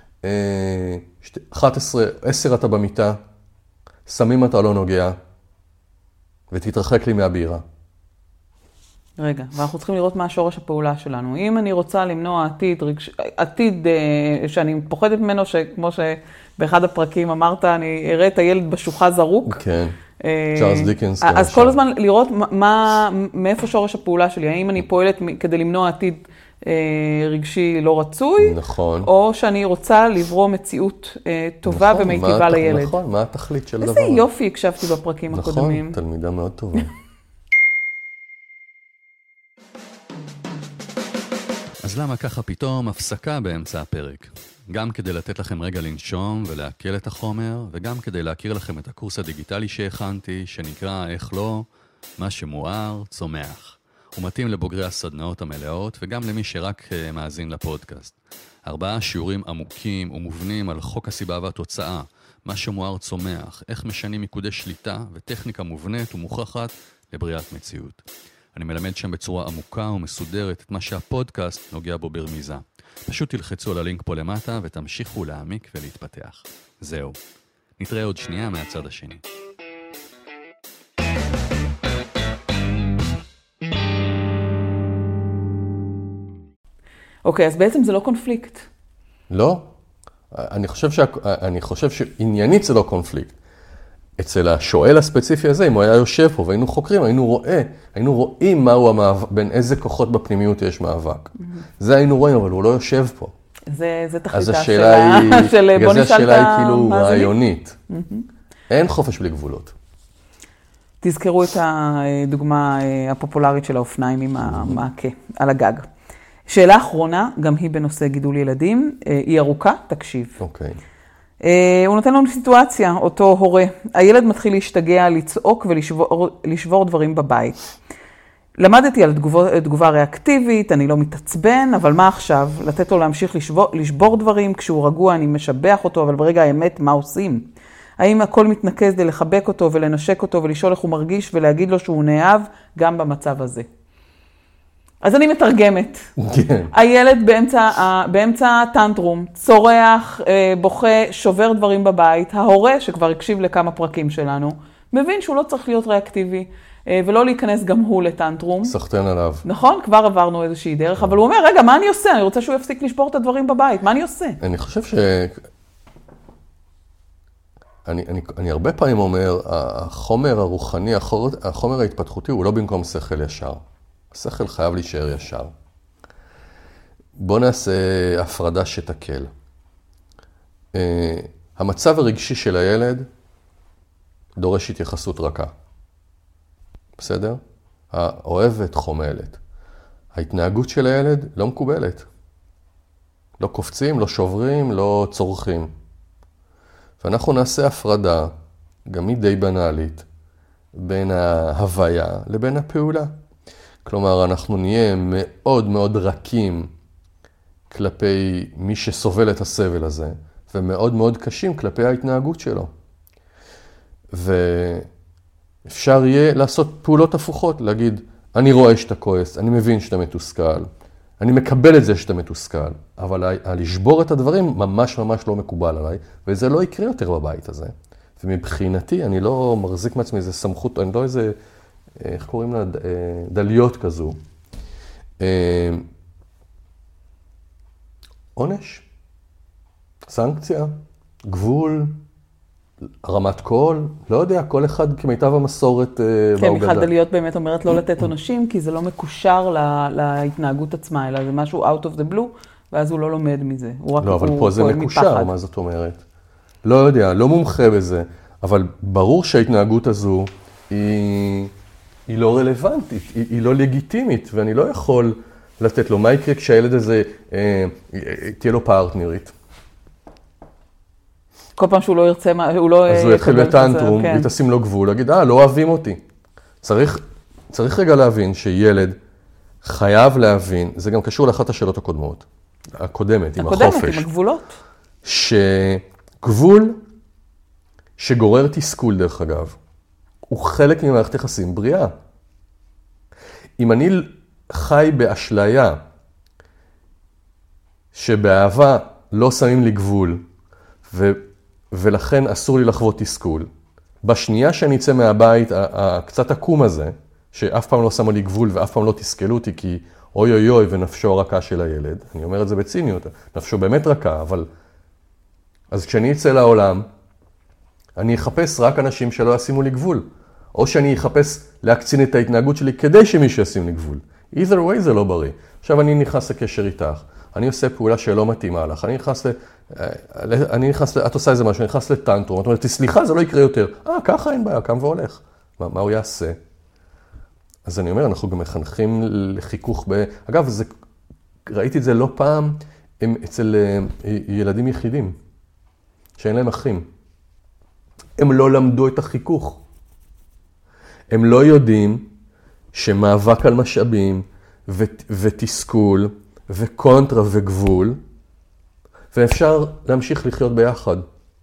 10 אתה במיטה, שמים אתה לא נוגע, ותתרחק לי מהבירה. רגע, ואנחנו צריכים לראות מה השורש הפעולה שלנו. אם אני רוצה למנוע עתיד שאני פוחדת ממנו, שכמו שבאחד הפרקים אמרת, אני אראה את הילד בשוחה זרוק. כן, צ'ארלס דיקנס. אז כל הזמן לראות מאיפה שורש הפעולה שלי. האם אני פועלת כדי למנוע עתיד רגשי לא רצוי, נכון. או שאני רוצה לברוא מציאות טובה נכון, ומיטיבה לילד. נכון, מה התכלית של הדבר? איזה יופי הקשבתי בפרקים הקודמים. נכון, תלמידה מאוד טובה. אז למה ככה פתאום הפסקה באמצע הפרק? גם כדי לתת לכם רגע לנשום ולהקל את החומר, וגם כדי להכיר לכם את הקורס הדיגיטלי שהכנתי, שנקרא איך לא, מה שמואר, צומח. הוא מתאים לבוגרי הסדנאות המלאות, וגם למי שרק מאזין לפודקאסט. 4 שיעורים עמוקים ומובנים על חוק הסיבה והתוצאה, מה שמואר צומח, איך משנים מיקודי שליטה וטכניקה מובנית ומוכחת לבריאת מציאות. אני מלמד שם בצורה עמוקה ומסודרת את מה שהפודקאסט נוגע בו ברמיזה. פשוט תלחצו על הלינק פה למטה ותמשיכו להעמיק ולהתפתח. זהו. נתראה עוד שנייה מהצד השני. אוקיי, אז בעצם זה לא קונפליקט. לא. אני חושב שעניינית זה לא קונפליקט. אצל השואל הספציפי הזה, אם הוא היה יושב פה והיינו חוקרים, היינו רואים מהו המאבק, בין איזה כוחות בפנימיות יש מאבק. זה היינו רואים, אבל הוא לא יושב פה. זה תכליתה אז השאלה היא, בוא נשאל את השאלה היא כאילו רעיונית. אין חופש בלי גבולות. תזכרו את הדוגמה הפופולרית של האופניים עם המעקה על הגג. שאלה אחרונה, גם היא בנושא גידול ילדים, היא ארוכה, תקשיב. אוקיי. הוא נותן לנו סיטואציה, אותו הורה. הילד מתחיל להשתגע, לצעוק ולשבור דברים בבית. למדתי על תגובה ריאקטיבית, אני לא מתעצבן, אבל מה עכשיו? לתת לו להמשיך לשבור דברים, כשהוא רגוע אני משבח אותו, אבל ברגע האמת מה עושים? האם הכל מתנקז לחבק אותו ולנשק אותו ולשאול איך הוא מרגיש ולהגיד לו שהוא נאהב גם במצב הזה? אז אני מתרגמת. כן. הילד באמצע טנטרום, צורח, בוכה, שובר דברים בבית. ההורה, שכבר הקשיב לכמה פרקים שלנו, מבין שהוא לא צריך להיות ריאקטיבי, ולא להיכנס גם הוא לטנטרום. סחטן עליו. נכון? כבר עברנו איזושהי דרך, אבל הוא אומר, רגע, מה אני עושה? אני רוצה שהוא יפסיק לשבור את הדברים בבית. מה אני עושה? אני חושב אני הרבה פעמים אומר, החומר הרוחני, החומר ההתפתחותי הוא לא במקום שכל ישר. השכל חייב להישאר ישר. בוא נעשה הפרדה שתקל. המצב הרגשי של הילד דורש התייחסות רכה. בסדר? האוהבת חומלת. ההתנהגות של הילד לא מקובלת. לא קופצים, לא שוברים, לא צורכים. ואנחנו נעשה הפרדה, גם היא די בנאלית, בין ההוויה לבין הפעולה. כלומר, אנחנו נהיה מאוד מאוד רכים כלפי מי שסובל את הסבל הזה, ומאוד מאוד קשים כלפי ההתנהגות שלו. אפשר יהיה לעשות פעולות הפוכות, להגיד, אני רואה שאתה כועס, אני מבין שאתה מתוסכל, אני מקבל את זה שאתה מתוסכל, אבל לשבור את הדברים ממש ממש לא מקובל עליי, וזה לא יקרה יותר בבית הזה. ומבחינתי, אני לא מחזיק מעצמי איזה סמכות, אני לא איזה, איך קוראים לה, דליות כזו. עונש, סנקציה, גבול, רמת קול, לא יודע, כל אחד כמיטב המסורת כן, מיכל דליות באמת אומרת לא לתת עונשים, כי זה לא מקושר להתנהגות עצמה, אלא זה משהו out of the blue, ואז הוא לא לומד מזה. לא, אבל פה זה מקושר, מה זאת אומרת? לא יודע, לא מומחה בזה, אבל ברור שההתנהגות הזו היא לא רלוונטית, היא לא לגיטימית, ואני לא יכול לתת לו. מה יקרה כשהילד הזה תהיה לו פרטנרית? כל פעם שהוא לא ירצה, הוא לא... אז הוא יתחיל בטנטרום, ותשים לו גבול, להגיד, לא אוהבים אותי. צריך רגע להבין שילד חייב להבין, זה גם קשור לאחת השאלות הקודמת, עם החופש. הקודמת, עם הגבולות. שגבול שגורר תסכול, דרך אגב, הוא חלק ממערכת יחסים בריאה. אם אני חי באשליה, שבאהבה לא שמים לי גבול, ולכן אסור לי לחוות תסכול, בשנייה שאני אצא מהבית, הקצת עקום הזה, שאף פעם לא שמה לי גבול ואף פעם לא תסכלו אותי, כי אוי אוי אוי ונפשו הרכה של הילד, אני אומר את זה בציניות, נפשו באמת רכה, אבל... אז כשאני אצא לעולם, אני אחפש רק אנשים שלא ישימו לי גבול, או שאני אחפש להקצין את ההתנהגות שלי כדי שמישהו ישים לי גבול. either way זה לא בריא. עכשיו אני נכנס לקשר איתך, אני עושה פעולה שלא מתאימה לך, אני נכנס, את עושה איזה משהו, אני נכנס לטנטרום, את אומרת, סליחה, זה לא יקרה יותר. ככה אין בעיה, קם והולך. מה הוא יעשה? אז אני אומר, אנחנו גם מחנכים לחיכוך אגב, ראיתי את זה לא פעם אצל ילדים יחידים, שאין להם אחים. הם לא למדו את החיכוך. הם לא יודעים שמאבק על משאבים ותסכול וקונטרה וגבול, ואפשר להמשיך לחיות ביחד.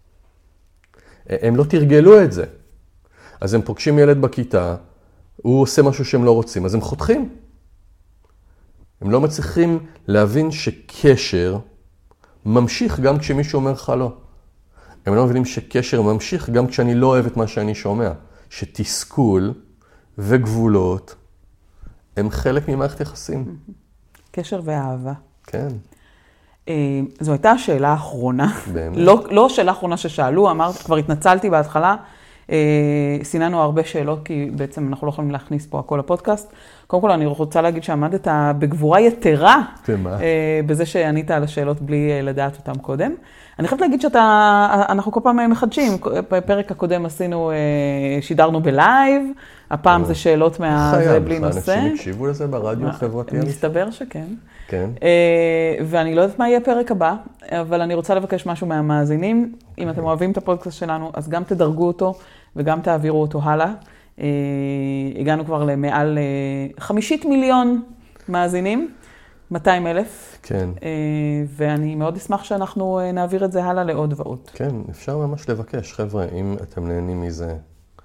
הם לא תרגלו את זה. אז הם פוגשים ילד בכיתה, הוא עושה משהו שהם לא רוצים, אז הם חותכים. הם לא מצליחים להבין שקשר ממשיך גם כשמישהו אומר לך לא. הם לא מבינים שקשר ממשיך גם כשאני לא אוהב את מה שאני שומע. שתסכול וגבולות הם חלק ממערכת יחסים. קשר ואהבה. כן. זו הייתה השאלה האחרונה. באמת? לא השאלה האחרונה ששאלו, כבר התנצלתי בהתחלה. סיננו הרבה שאלות, כי בעצם אנחנו לא יכולים להכניס פה הכל לפודקאסט. קודם כל, אני רוצה להגיד שעמדת בגבורה יתרה, בזה שענית על השאלות בלי לדעת אותם קודם. אני חייבת להגיד שאנחנו כל פעם מחדשים. בפרק הקודם שידרנו בלייב, הפעם זה שאלות זה בלי נושא. אנשים הקשיבו לזה ברדיו החברתי? מסתבר שכן. כן. ואני לא יודעת מה יהיה הפרק הבא, אבל אני רוצה לבקש משהו מהמאזינים. אם אתם אוהבים את הפודקאסט שלנו, אז גם תדרגו אותו וגם תעבירו אותו הלאה. הגענו כבר למעל 50 מיליון מאזינים, 200,000. כן. ואני מאוד אשמח שאנחנו נעביר את זה הלאה לעוד ועוד. כן, אפשר ממש לבקש. חבר'ה, אם אתם נהנים מזה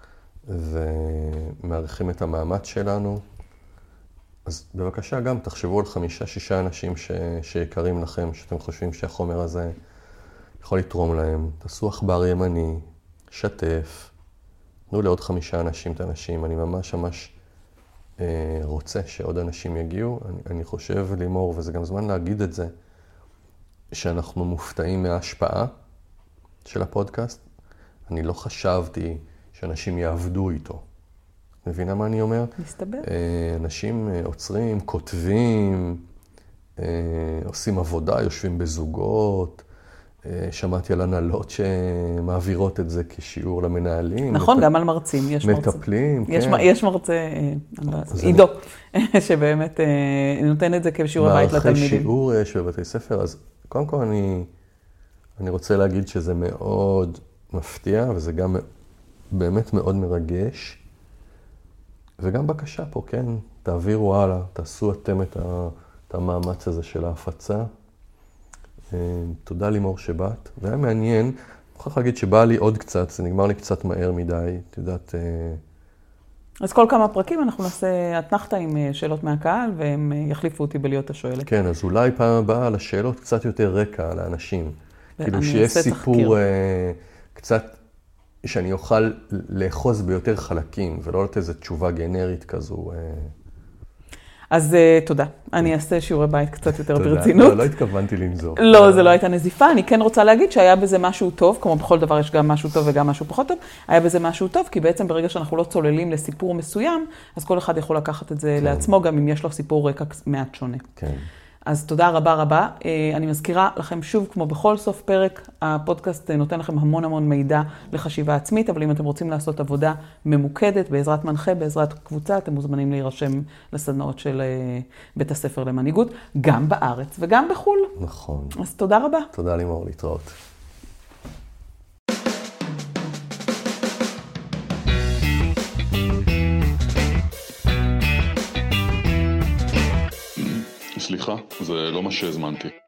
ומעריכים את המאמץ שלנו, אז בבקשה גם תחשבו על 5-6 אנשים שיקרים לכם, שאתם חושבים שהחומר הזה יכול לתרום להם. תעשו עכבר ימני, שתף, תנו לעוד 5 אנשים את האנשים. אני ממש רוצה שעוד אנשים יגיעו. אני חושב, לימור, וזה גם זמן להגיד את זה, שאנחנו מופתעים מההשפעה של הפודקאסט. אני לא חשבתי שאנשים יעבדו איתו. מבינה מה אני אומר? מסתבר. אנשים עוצרים, כותבים, עושים עבודה, יושבים בזוגות. שמעתי על הנהלות שמעבירות את זה כשיעור למנהלים. נכון, גם על מרצים. יש מטפלים, כן. יש מרצה, עידו, שבאמת נותן את זה כשיעור הבית לתלמידים. מערכי שיעור יש בבתי ספר, אז קודם כל אני רוצה להגיד שזה מאוד מפתיע, וזה גם באמת מאוד מרגש. וגם בקשה פה, כן, תעבירו הלאה, תעשו אתם את המאמץ הזה של ההפצה. תודה לימור שבאת, והיה מעניין, אני מוכרח להגיד שבא לי עוד קצת, זה נגמר לי קצת מהר מדי, את יודעת, אז כל כמה פרקים אנחנו נעשה אתנחתא עם שאלות מהקהל, והם יחליפו אותי בלהיות השואלת. כן, אז אולי פעם הבאה לשאלות קצת יותר רקע לאנשים. כאילו שיש סיפור קצת שאני אוכל לאחוז ביותר חלקים, ולא לתת איזו תשובה גנרית כזו. אז תודה. אני אעשה שיעורי בית קצת יותר ברצינות. לא התכוונתי לנזור. לא, זה לא הייתה נזיפה. אני כן רוצה להגיד שהיה בזה משהו טוב, כמו בכל דבר יש גם משהו טוב וגם משהו פחות טוב, היה בזה משהו טוב, כי בעצם ברגע שאנחנו לא צוללים לסיפור מסוים, אז כל אחד יכול לקחת את זה לעצמו, גם אם יש לו סיפור רקע מעט שונה. כן. אז תודה רבה רבה. אני מזכירה לכם שוב, כמו בכל סוף פרק, הפודקאסט נותן לכם המון מידע לחשיבה עצמית, אבל אם אתם רוצים לעשות עבודה ממוקדת, בעזרת מנחה, בעזרת קבוצה, אתם מוזמנים להירשם לסדנאות של בית הספר למנהיגות, גם בארץ וגם בחול. נכון. אז תודה רבה. תודה לימור, להתראות. סליחה, זה לא מה שהזמנתי.